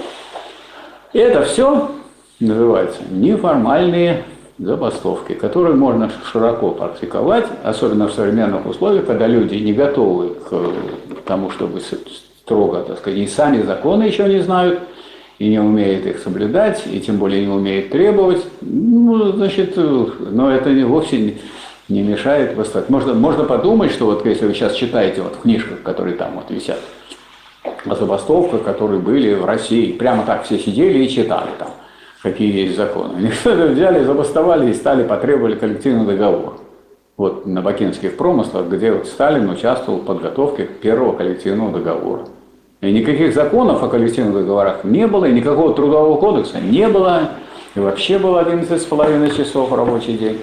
Speaker 1: И это все называется неформальные забастовки, которые можно широко практиковать, особенно в современных условиях, когда люди не готовы к тому, чтобы строго, так сказать, и сами законы еще не знают, и не умеет их соблюдать, и тем более не умеет требовать. Ну, значит, но это вовсе не, не мешает восстать. Можно, можно подумать, что вот если вы сейчас читаете вот в книжках, которые там вот висят, о забастовках, которые были в России, прямо так все сидели и читали там, какие есть законы. Они взяли, забастовали и стали, потребовали коллективный договор. Вот на бакинских промыслах, где вот Сталин участвовал в подготовке первого коллективного договора. И никаких законов о коллективных договорах не было, и никакого трудового кодекса не было. И вообще было одиннадцать с половиной часов рабочий день.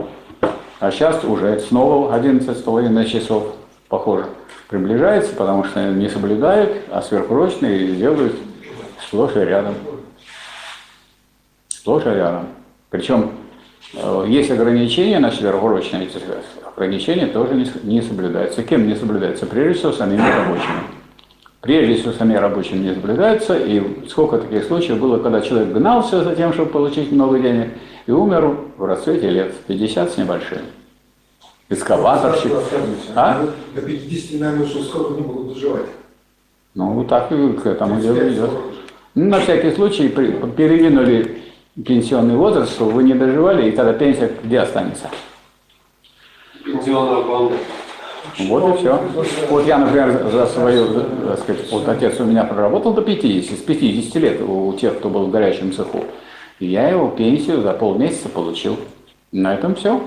Speaker 1: А сейчас уже снова одиннадцать с половиной часов, похоже, приближается, потому что не соблюдают, а сверхурочные делают сплошь и рядом. Сплошь и рядом. Причем есть ограничения на сверхурочные, ограничения тоже не соблюдаются. Кем не соблюдаются? Прежде всего, самими рабочими. Прежде всего, сами рабочие не соблюдаются, и сколько таких случаев было, когда человек гнался за тем, чтобы получить много денег, и умер в расцвете лет, пятьдесят с небольшим. Экскаваторщик. А?
Speaker 6: До пятидесяти, наверное, что сколько не могут доживать.
Speaker 1: Ну, так и к этому делу идет. Ну, на всякий случай передвинули пенсионный возраст, чтобы вы не доживали, и тогда пенсия где останется?
Speaker 5: Пенсионного фонда.
Speaker 1: Вот и все. Вот я, например, за свою, так сказать, вот отец у меня проработал до пятидесяти, с пятидесяти лет у тех, кто был в горячем цеху. И я его пенсию за полмесяца получил. На этом все.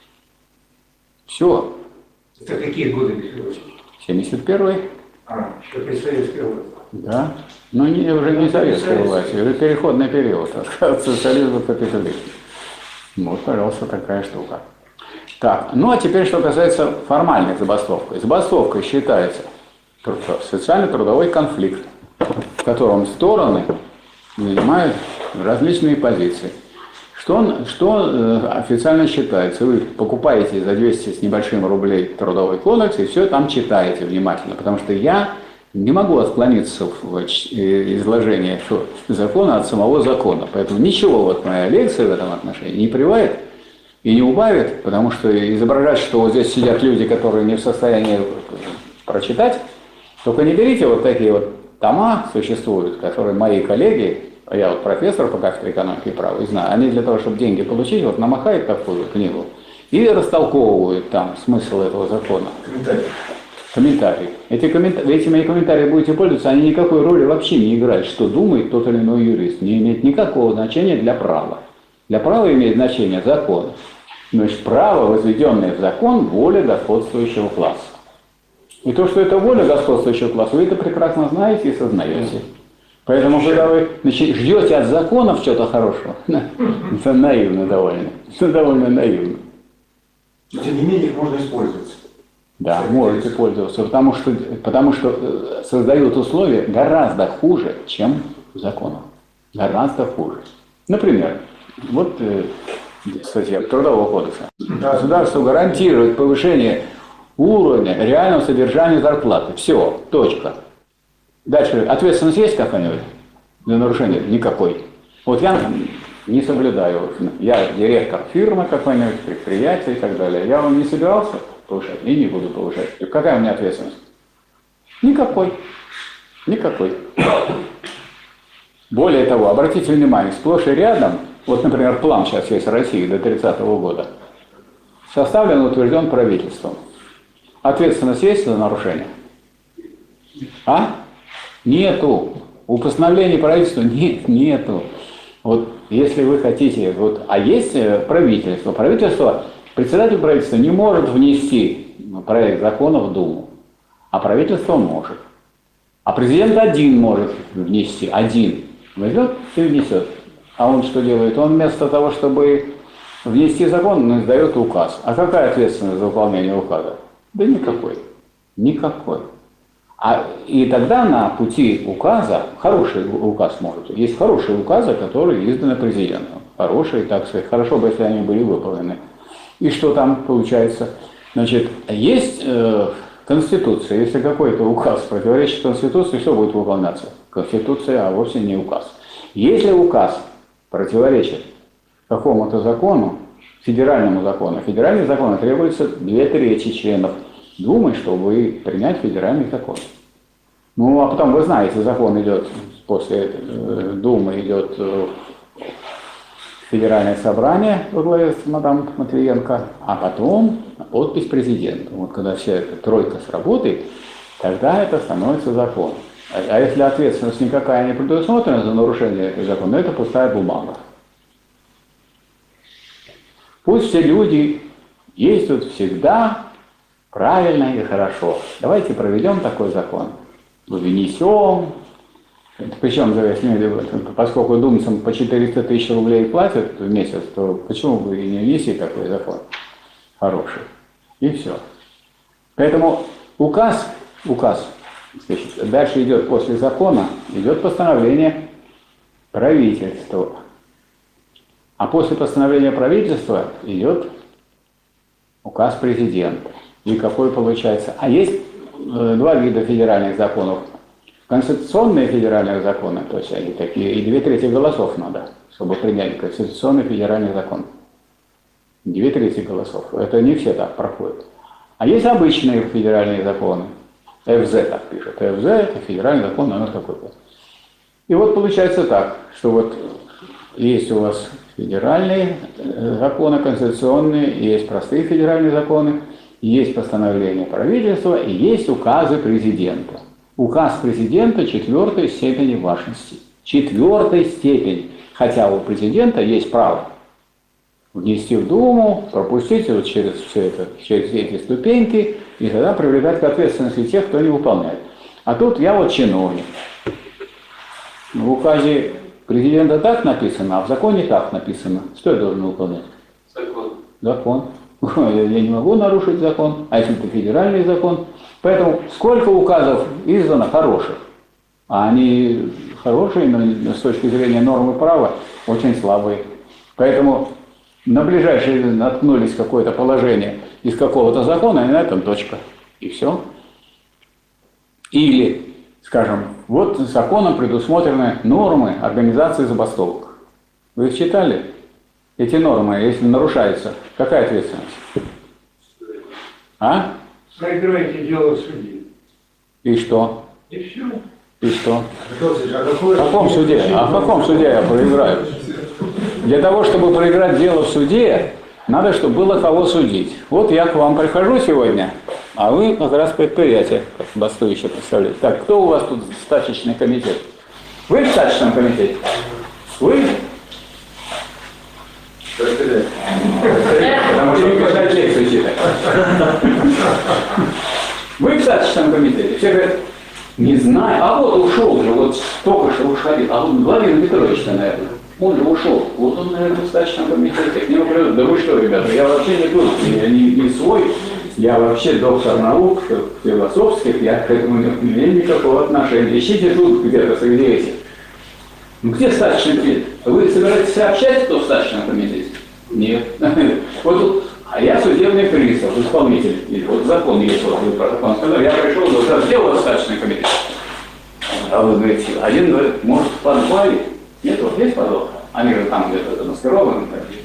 Speaker 1: Все.
Speaker 3: Это какие годы, Михаил?
Speaker 1: семьдесят первый.
Speaker 3: А, еще при советской власти.
Speaker 1: Да. Но не, уже не советская власть, уже переходный период от социализма к капитализму. Вот, пожалуйста, такая штука. Так, ну а теперь, что касается формальных забастовок. Забастовкой считается социально-трудовой конфликт, в котором стороны занимают различные позиции. Что, он, что э, официально считается? Вы покупаете за двести с небольшим рублей Трудовой кодекс и все там читаете внимательно, потому что я не могу отклониться в изложении закона от самого закона. Поэтому ничего вот моя лекция в этом отношении не прибавит и не убавит, потому что изображать, что вот здесь сидят люди, которые не в состоянии прочитать, только не берите вот такие вот тома, существуют, которые мои коллеги, я вот профессор по кафедре экономики и права, и знаю, они для того, чтобы деньги получить, вот намахают такую книгу и растолковывают там смысл этого закона.
Speaker 3: Комментарий.
Speaker 1: Комментарии. Эти комментарии, эти мои комментарии будете пользоваться, они никакой роли вообще не играют, что думает тот или иной юрист. Не имеет никакого значения для права. Для права имеет значение закон. Значит, право, возведенное в закон, воля господствующего класса. И то, что это воля господствующего класса, вы это прекрасно знаете и сознаете. Поэтому, когда вы значит, ждете от законов что-то хорошего, это наивно довольно. Это довольно наивно.
Speaker 3: Но тем не менее их можно использовать.
Speaker 1: Да, можете пользоваться, потому что, потому что создают условия гораздо хуже, чем законом. Гораздо хуже. Например, вот э, статья Трудового кодекса. Государство гарантирует повышение уровня реального содержания зарплаты. Все, точка. Дальше, ответственность есть какая-нибудь за нарушение? Никакой. Вот я не соблюдаю. Я директор фирмы какой-нибудь, предприятия и так далее. Я вам не собирался повышать и не буду повышать. Какая у меня ответственность? Никакой. Никакой. Более того, обратите внимание, сплошь и рядом, вот, например, план сейчас есть в России до тридцатого года, составлен и утвержден правительством. Ответственность есть за нарушение? А? Нету. У постановления правительства нет, нету. Вот если вы хотите, вот, а есть правительство, правительство, председатель правительства не может внести проект закона в Думу, а правительство может. А президент один может внести, один. Возьмет и внесет. А он что делает? Он вместо того, чтобы внести закон, он издает указ. А какая ответственность за выполнение указа? Да никакой. Никакой. А, и тогда на пути указа, хороший указ может, есть хорошие указы, которые изданы президентом. Хорошие, так сказать, хорошо бы, если они были выполнены. И что там получается? Значит, есть э, Конституция. Если какой-то указ противоречит Конституции, что будет выполняться? Конституция, а вовсе не указ. Если указ противоречит какому-то закону, федеральному закону, федеральный закон требуется две трети членов Думы, чтобы принять федеральный закон. Ну, а потом, вы знаете, закон идет, после э, Думы идет э, Федеральное собрание во главе с мадам Матвиенко, а потом подпись президента. Вот когда вся эта тройка сработает, тогда это становится законом. А, а если ответственность никакая не предусмотрена за нарушение этого закона, это пустая бумага. Пусть все люди действуют всегда правильно и хорошо. Давайте проведем такой закон. Внесем. Причем, поскольку думцам по четыреста тысяч рублей платят в месяц, то почему бы и не внести такой закон хороший? И все. Поэтому указ, указ, значит, дальше идет после закона, идет постановление правительства. А после постановления правительства идет указ президента. И какой получается? А есть э, два вида федеральных законов. Конституционные федеральные законы, то есть они такие, и две трети голосов надо, чтобы принять конституционный федеральный закон. Две трети голосов. Это не все так проходят. А есть обычные федеральные законы. эф зэ так пишут. эф зэ это федеральный закон номер такой-то. И вот получается так, что вот есть у вас федеральные законы, конституционные, есть простые федеральные законы, есть постановление правительства и есть указы президента. Указ президента четвертой степени важности. Четвертой степени. Хотя у президента есть право внести в Думу, пропустить вот через, все это, через эти ступеньки и тогда привлекать к ответственности тех, кто не выполняет. А тут я вот чиновник. В указе президента так написано, а в законе так написано. Что я должен выполнять?
Speaker 5: Закон.
Speaker 1: Закон. Я не могу нарушить закон, а если это федеральный закон. Поэтому сколько указов издано хороших, а они хорошие, но с точки зрения нормы права очень слабые. Поэтому на ближайшее наткнулись какое-то положение из какого-то закона, и на этом точка. И все. Или, скажем, вот законом предусмотрены нормы организации забастовок. Вы их читали? Эти нормы, если нарушаются, какая ответственность? А?
Speaker 3: Проиграете дело в суде.
Speaker 1: И что?
Speaker 3: И все.
Speaker 1: И что?
Speaker 6: А какой...
Speaker 1: В каком суде? А в каком суде я проиграю? Для того, чтобы проиграть дело в суде, надо, чтобы было кого судить. Вот я к вам прихожу сегодня, а вы как раз предприятие, как бастующее представляете. Так, кто у вас тут стачечный комитет? Вы в стачечном комитете? Вы? Потому что вы писать лекцию читать. Вы в стачечном комитете? Все говорят, не знаю. А вот ушел же, вот только что уходил. А вот Владимир Петрович-то, наверное. Он же ушел. Вот он, наверное, в стачечном комитете. К нему придет, да вы что, ребята, я вообще не тут, я не, не свой. Я вообще доктор наук, философских, я к этому не имею никакого отношения. Ищите тут где-то среди этих. Ну где стачечный комитет? Вы собираетесь сообщать, кто в стачечном комитете? Нет. Вот тут, а я судебный пристав, исполнитель. И вот закон есть, вот вы про закон сказали. Я пришел, говорю, где у вас стачечный комитет? А вы говорите, один говорит, может, в подвале? Нет, вот есть подвал? Они же там где-то замаскированы.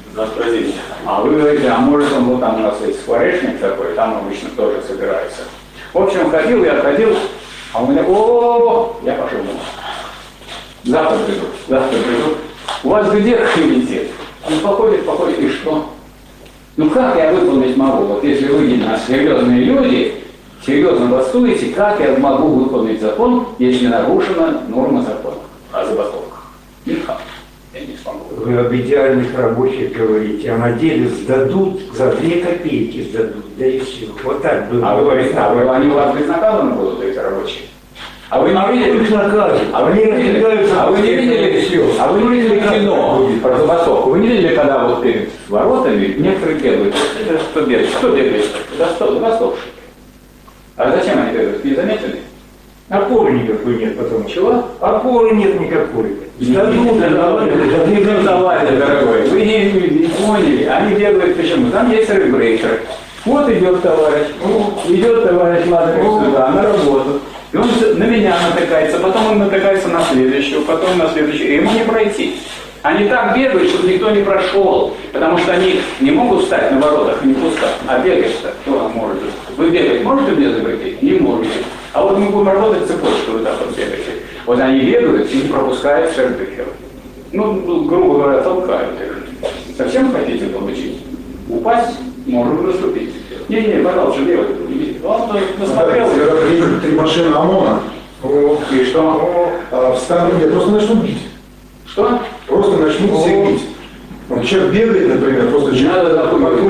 Speaker 1: А вы говорите, а может он вот там у нас есть скворечник такой, там обычно тоже собирается. В общем, ходил, я ходил, а у меня, о, я пошел домой. Завтра приду, завтра приду. У вас где комитет? Он походит, походит, и что? Ну как я выполнить могу? Вот если вы серьезные люди, серьезно бастуете, как я могу выполнить закон, если нарушена норма закона о забастовках? Никак. Я не смогу.
Speaker 3: Вы об идеальных рабочих говорите, а на деле сдадут, за две копейки сдадут, да и все. Вот так было.
Speaker 1: А вы, а вы, они у вас безнаказаны будут, эти рабочие? А вы не
Speaker 3: А
Speaker 1: видели?
Speaker 3: их наказывают.
Speaker 1: А вы не видели? А вы не видели? А вы не видели кино про забастовку? Вы не видели, когда вот перед воротами некоторые бегают? Кто бегает? Кто бегает? Забастовщики. А зачем они бегают? Не заметили?
Speaker 3: Опоры никакой нет, потому что.
Speaker 1: Чего?
Speaker 3: Опоры нет никакой.
Speaker 1: Сдадут, не давайте, дорогой. Вы не, не, не поняли. Они бегают почему? Там есть рейбрейкер. Вот идет товарищ, идет товарищ Лазарев сюда, на работу. И он на меня натыкается, потом он натыкается на следующего, потом на следующего. И ему не пройти. Они так бегают, чтобы никто не прошел. Потому что они не могут встать на воротах и не пускать. А бегать-то кто может? Вы бегать можете мне запретить? Не можете. А вот мы будем работать цепочку, вы так вот бегаете. Вот они бегают и не пропускают шербихер. Ну, грубо говоря, толкают их. Совсем хотите получить? Упасть, можем наступить. Не-не, пожалуйста, делайте. Он посмотрел.
Speaker 6: Приедут три машины ОМОНа.
Speaker 1: И что?
Speaker 6: А встанут, я просто начнут бить.
Speaker 1: Что?
Speaker 6: Просто начнут всех бить. Он человек бегает, например, просто
Speaker 1: Не
Speaker 6: человек...
Speaker 1: надо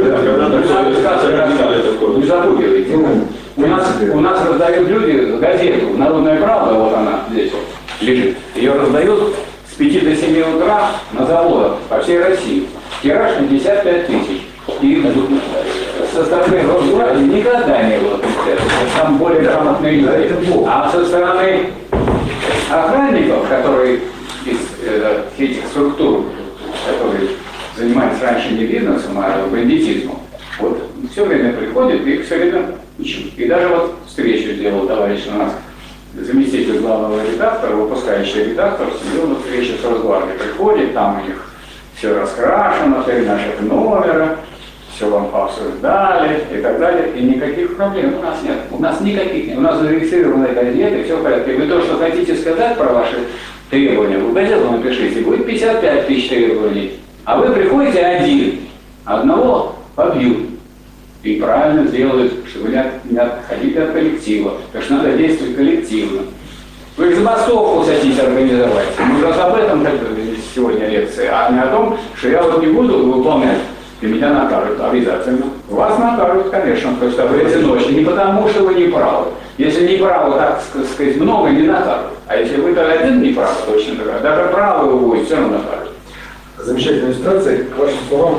Speaker 1: запугивать. Не запугивайте. У нас, у нас раздают люди газету «Народная правда», вот она здесь вот лежит. Ее раздают с пяти до семи утра на заводах по всей России. Тираж пятьдесят пять тысяч. И со стороны Росгвардии никогда не было пятьдесят. Там более грамотные люди. А со стороны охранников, которые из э, этих структур, которые занимались раньше не бизнесом, а бандитизмом, вот все время приходят и все время учат. И даже вот встречу сделал товарищ у нас, заместитель главного редактора, выпускающий редактор, сидел на встрече с Росгвардией. Приходит, там у них все раскрашено, три наших номера, все вам пообсуждали и так далее. И никаких проблем у нас нет. У нас никаких нет. У нас зарегистрированы газеты, все в порядке. Вы то, что хотите сказать про ваши требования, вы газету напишите, будет пятьдесят пять тысяч требований. А вы приходите один, одного побьют. И правильно делают, что вы не, от, не отходите от коллектива. Так что надо действовать коллективно. Вы же забастовку хотите организовать. Мы же об этом сегодня лекция, а не о том, что я вот не буду выполнять, и меня накажут обязательно. Вас накажут, конечно, потому что вы эти ночи. Не потому, что вы не правы. Если не правы, так сказать, много, не накажут. А если вы один не прав, точно так. Даже правы вы будете, все равно накажут.
Speaker 6: Замечательная иллюстрация. К вашим словам,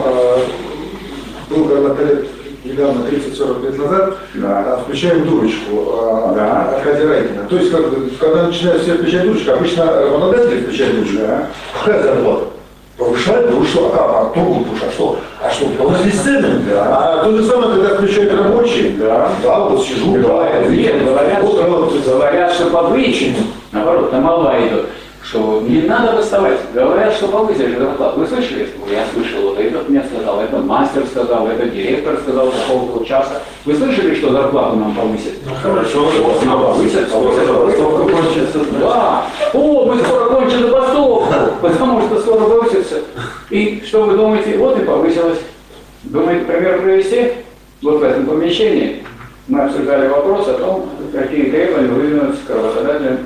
Speaker 6: был гранатолет недавно, тридцать-сорок лет назад,
Speaker 1: да.
Speaker 6: Включаем дурочку
Speaker 1: да.
Speaker 6: Аркадия Райкина. То есть, как, когда начинают все включать дурочку, обычно работодатели включают дурочку.
Speaker 1: Да.
Speaker 6: Какая зарплата? Повышают, ну что, а, а кто будет повышать, что? А что, возле сцены?
Speaker 3: Да.
Speaker 6: А то же самое, когда включают рабочие,
Speaker 3: Да.
Speaker 6: да, вот сижу,
Speaker 3: Говорят,
Speaker 6: да,
Speaker 3: нет, говорят,
Speaker 6: вот,
Speaker 3: что,
Speaker 6: вот,
Speaker 3: говорят, что повысили. Наоборот, на молва идет, что не надо выставать. Говорят, что повысили зарплату. Вы слышали? Я слышал, вот этот мне сказал, этот мастер сказал, этот директор сказал по поводу часа. Вы слышали, что зарплату нам повысят?
Speaker 6: хорошо,
Speaker 3: Вот, нам повысят, повысят,
Speaker 6: забастовка кончится.
Speaker 3: Да. О, мы скоро кончим забастовку, потому что скоро повысится. И что вы думаете? Вот и повысилось. Думаете, пример привести? Вот в этом помещении мы обсуждали вопрос о том, какие требования выдвинутся к работодателям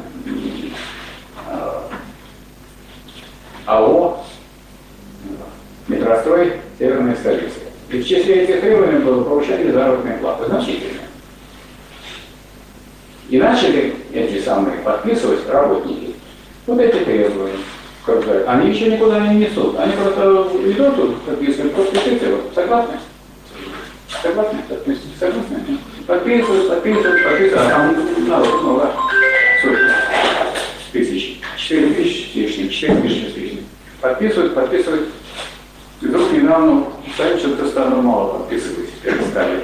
Speaker 3: АО «Метрострой Северной столицы». И в числе этих требований было повышение заработной платы значительно. И начали эти самые подписывать работники. Вот эти требования. Как сказать, они еще никуда не несут. Они просто идут тут, подписывают, подписывайте, вот, согласны? Согласны? Подписывают, согласны? Подписывают, подписывают, подписывают, а там народ много. Сколько? Тысяч. Четыре тысячи с лишним, четыре тысячи с лишним. Подписывают, подписывают. И вдруг недавно стали что-то стало мало подписывать. Теперь стали.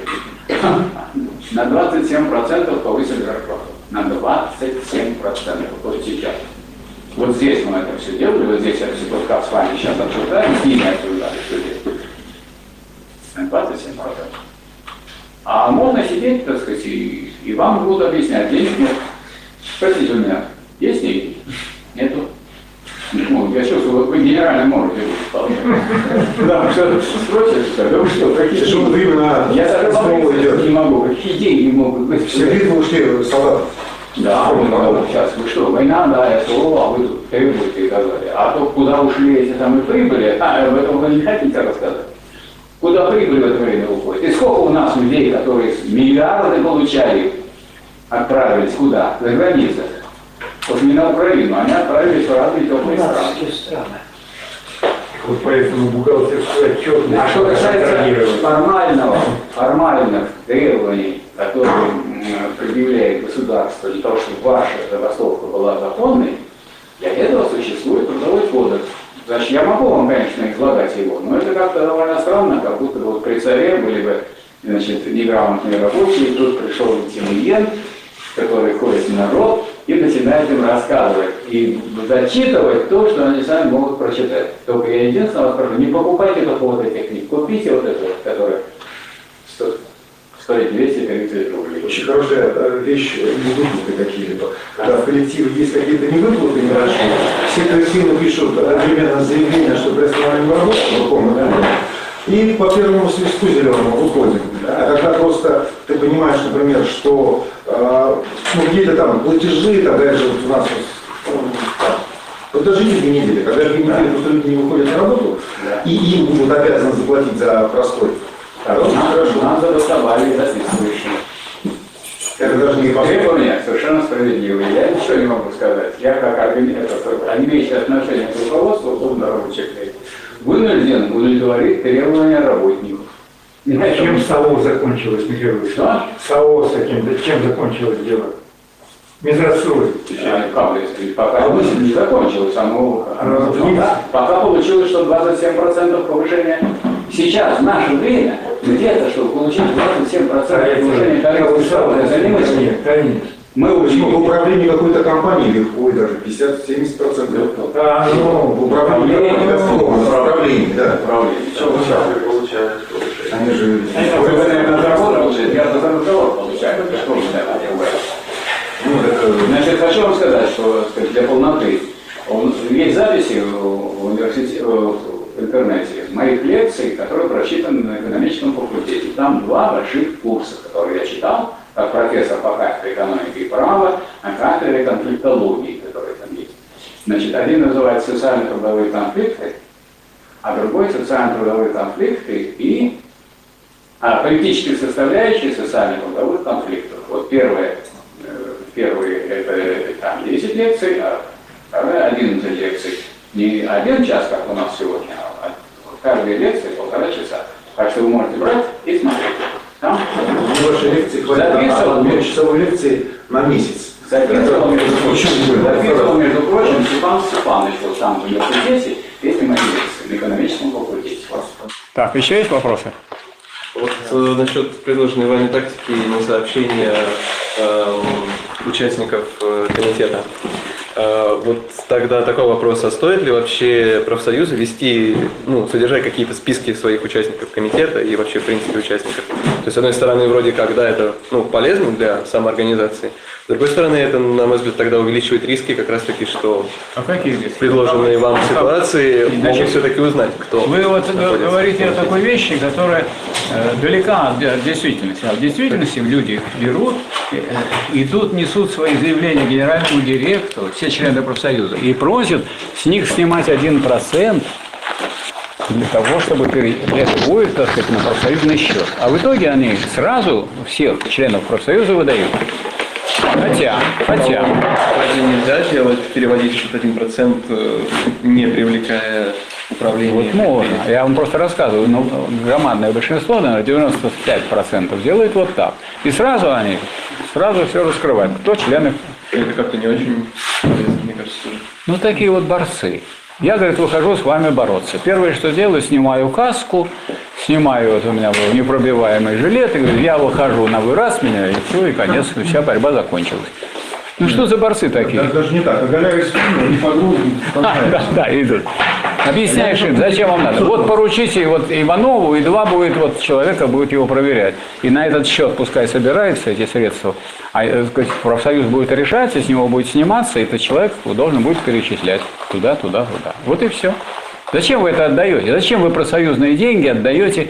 Speaker 3: На двадцать семь процентов повысили зарплату. На двадцать семь процентов. Вот сейчас. Вот здесь мы это все делали, вот здесь я все только с вами сейчас обсуждаем, с ними обсуждали, что здесь. На двадцать семь процентов. А можно сидеть, так сказать, и, и вам будут объяснять, денег нет. Спросите у меня, есть деньги? Нету. Ну, я чувствую, вот вы генерально можете выполнять. Да, что спросите, что, да вы что, какие
Speaker 6: Что вот именно
Speaker 3: я даже
Speaker 6: снова идет.
Speaker 3: не могу, какие деньги могут быть?
Speaker 6: Все битвы ушли солдаты.
Speaker 3: Да, ну, сейчас вы что, война, да, я слово, а вы тут требуете и так далее. А то, куда ушли эти самые прибыли, а об этом вы не хотите рассказать. Куда прибыль в это время уходит? И сколько у нас людей, которые миллиарды получали, отправились куда? За границу. Вот не на Украину, они отправились в разные теплые страны.
Speaker 6: Вот поэтому бухгалтерскую отчетность.
Speaker 3: А что касается формального, формальных требований, которые предъявляет государство для того, чтобы ваша забастовка была законной, для этого существует трудовой кодекс. Значит, я могу вам, конечно, излагать его, но это как-то довольно странно, как будто бы вот при царе были бы, значит, неграмотные рабочие, тут пришел интеллигент, который ходит в народ и начинает им рассказывать и зачитывать то, что они сами могут прочитать. Только я единственное вас прошу, не покупайте какого-то этих книг, купите вот эту, которая стоит двести тридцать рублей.
Speaker 6: Очень хорошая э, вещь, невыплаты какие-либо. Когда в коллективе есть какие-то невыплаты небольшие, все коллективы пишут одновременно заявление, что приостанавливаем работу, ну, помните, да? И по первому свистку зеленому уходим. А когда просто ты понимаешь, например, что э, ну, какие-то там платежи, тогда же вот у нас вот, вот даже не две недели, когда две недели просто люди не выходят на работу,
Speaker 3: Да.
Speaker 6: и им будут обязаны заплатить за простой.
Speaker 3: Нам, нам забастовали записывающие.
Speaker 6: Это даже не вопрос.
Speaker 3: Требования совершенно справедливые. Я ничего не могу сказать. Я как организатор, имеющий отношение к руководству трудно-рабочих людей, вынужден удовлетворить требования работников.
Speaker 4: А чем САО закончилось, Михаил Ильич?
Speaker 3: Что?
Speaker 4: САО с таким, да чем закончилось дело? Мизрастрой.
Speaker 3: А, как это? Пока мысль не закончилась, оно, оно,
Speaker 4: Ну,
Speaker 3: да, пока получилось, что двадцать семь процентов повышения. Сейчас, в наше время, где-то, чтобы получить двадцать семь процентов повышения тарифа, это не мысль.
Speaker 4: Нет, конечно.
Speaker 3: Мы
Speaker 6: Ну, в
Speaker 3: увидели.
Speaker 6: управлении какой-то компании легко, и даже пятьдесят-семьдесят процентов.
Speaker 4: А, ну,
Speaker 6: В управлении какой-то дословно, в управлении, да.
Speaker 5: Что вы сейчас получаете?
Speaker 6: Они же...
Speaker 3: Вы, наверное, договор получаете, я за договор получаю. Это что вы, наверное,
Speaker 6: Ну, это...
Speaker 3: Значит, хочу вам сказать, что так сказать, для полноты он- есть записи в, университете, в интернете моих лекций, которые прочитаны на экономическом факультете. Там два больших курса, которые я читал, как профессор по кафедре экономики и права, а кафедре конфликтологии, которые там есть. Значит, один называется «Социально-трудовые конфликты», а другой «Социально-трудовые конфликты» и а, политические составляющие социально-трудовых конфликтов. Вот первое, э, первые это там десять лекций, а второе одиннадцать лекций. Не один час, как у нас сегодня, а каждая лекция полтора часа. Так что вы можете брать и смотреть. Там
Speaker 6: Ваши лекции хватит
Speaker 3: записывал,
Speaker 6: на часовой лекции на месяц.
Speaker 3: записывал, между
Speaker 6: Очень
Speaker 3: прочим,
Speaker 6: будет.
Speaker 3: записывал, между прочим, Степан Степанович, вот там в университете, эти мои лекции. на экономическом факультете.
Speaker 1: Так, еще есть вопросы?
Speaker 5: Вот э, насчет предложенной вами тактики на сообщения э, участников э, комитета. Э, вот тогда такой вопрос, а стоит ли вообще профсоюзы вести, ну, содержать какие-то списки своих участников комитета и вообще, в принципе, участников? То есть, с одной стороны, вроде как, да, это, ну, полезно для самоорганизации, с другой стороны, это, на мой взгляд, тогда увеличивает риски как раз-таки, что
Speaker 1: А какие здесь?
Speaker 5: предложенные вам ситуации
Speaker 1: Значит,
Speaker 5: могут все-таки узнать, кто
Speaker 1: Вы вот
Speaker 5: находится.
Speaker 1: говорите о такой вещи, которая э, далека от, от действительности. А в действительности люди их берут, э, идут, несут свои заявления генеральному директору, все члены профсоюза, и просят с них снимать один процент для того, чтобы пере- это будет, так сказать, на профсоюзный счет. А в итоге они сразу всех членов профсоюза выдают. Хотя, хотя.
Speaker 5: Разве нельзя делать, переводить этот один процент, э, не привлекая управление?
Speaker 1: Вот можно. Я вам просто рассказываю, но громадное большинство, наверное, девяносто пять процентов делает вот так. И сразу они, сразу все раскрывают. Кто члены?
Speaker 5: Это как-то не очень полезно, мне кажется.
Speaker 1: Ну, такие вот борцы. Я, говорит, выхожу с вами бороться. Первое, что делаю, снимаю каску, снимаю, вот у меня был непробиваемый жилет, и говорю, я выхожу на вы раз меня, и все, и конец, вся борьба закончилась. Ну, что за борцы такие?
Speaker 6: Даже не так, оголяю спину, не по грудь, не по
Speaker 1: А, да, да, идут. Объясняешь им, зачем вам надо. Вот поручите вот Иванову, и два будет вот человека будет его проверять. И на этот счет пускай собираются эти средства, а э, сказать, профсоюз будет решать, и с него будет сниматься, и этот человек должен будет перечислять туда, туда, туда. Вот и все. Зачем вы это отдаете? Зачем вы профсоюзные деньги отдаете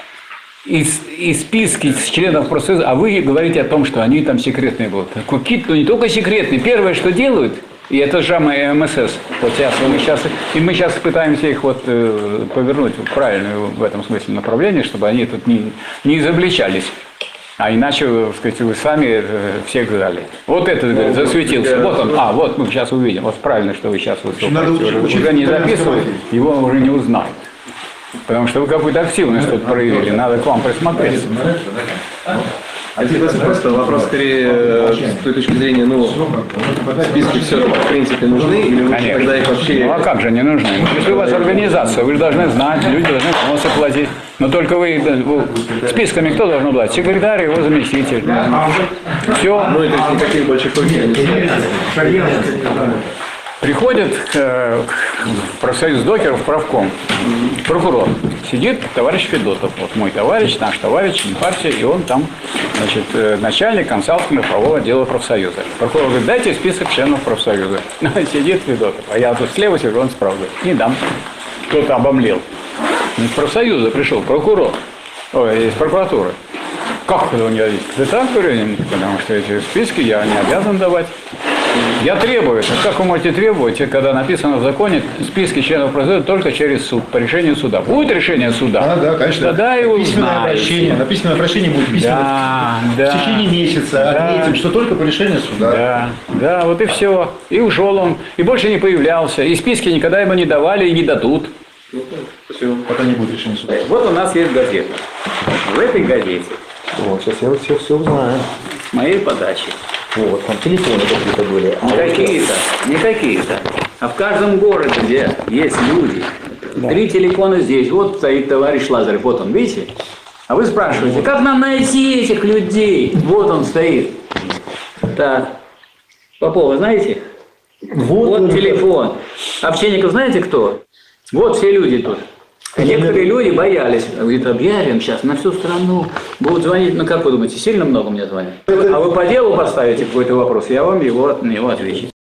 Speaker 1: и, и списки членов профсоюза, а вы говорите о том, что они там секретные будут. Какие-то, ну, не только секретные. Первое, что делают, и это же эм эс эс. Вот сейчас мы сейчас, и мы сейчас пытаемся их вот э, повернуть в правильное в этом смысле направление, чтобы они тут не, не изобличались. А иначе, так сказать, вы сами э, всех дали. Вот этот, говорит, засветился. Вот он. А, вот мы сейчас увидим. Вот правильно, что вы сейчас выступаете. Уже, уже не записывают, его уже не узнают. Потому что вы какую-то активность тут проявили. Надо к вам присмотреться.
Speaker 5: А здесь просто вопрос скорее э, с той точки зрения, ну, списки все в принципе нужны, или лучше
Speaker 1: Конечно.
Speaker 5: тогда их вообще...
Speaker 1: Ну а как же, не нужны? Если у вас организация, вы же должны знать, люди должны взносы платить. Но только вы, вы списками кто должен платить? Секретарь, его заместитель. Все.
Speaker 5: Ну, это никаких больших проблем не
Speaker 1: Приходит э, в профсоюз докеров, правком, прокурор. Сидит товарищ Федотов, вот мой товарищ, наш товарищ, партия, и он там, значит, э, начальник консалтинга правового отдела профсоюза. Прокурор говорит, дайте список членов профсоюза. Сидит Федотов, а я тут слева сижу, он справа. Не дам. Кто-то обомлел. Из профсоюза пришел прокурор, ой, из прокуратуры. Как это у него есть? Да так, говорю, потому что эти списки я не обязан давать. Я требую, а как вы можете требовать, когда написано в законе списки членов профсоюза только через суд, по решению суда? Будет решение суда?
Speaker 6: А, да, конечно.
Speaker 1: Тогда и
Speaker 6: Письменное
Speaker 1: узнаете.
Speaker 6: обращение. На письменное обращение будет письменно.
Speaker 1: Да, да.
Speaker 6: В течение месяца
Speaker 1: Да.
Speaker 6: отметим, что только по решению суда.
Speaker 1: Да, да, вот и все. И ушел он, и больше не появлялся. И списки никогда ему не давали и не дадут.
Speaker 5: Спасибо.
Speaker 6: Пока не будет решения суда.
Speaker 1: Вот у нас есть газета. В этой газете,
Speaker 7: Вот, сейчас я вот все, все узнаю.
Speaker 1: с моей подачи,
Speaker 7: Вот, там телефоны какие-то были. А
Speaker 1: не
Speaker 7: вот
Speaker 1: какие-то, не какие-то, а в каждом городе, где есть люди, три телефона здесь. Вот стоит товарищ Лазарев, вот он, видите? А вы спрашиваете, как нам найти этих людей? Вот он стоит. Так, Попова знаете? Вот, вот телефон. Овчинников знаете кто? Вот все люди тут. Некоторые люди боялись. Говорит, объявим сейчас на всю страну. Будут звонить, ну как вы думаете, сильно много мне звонят? А вы по делу поставите какой-то вопрос, я вам его, на него отвечу.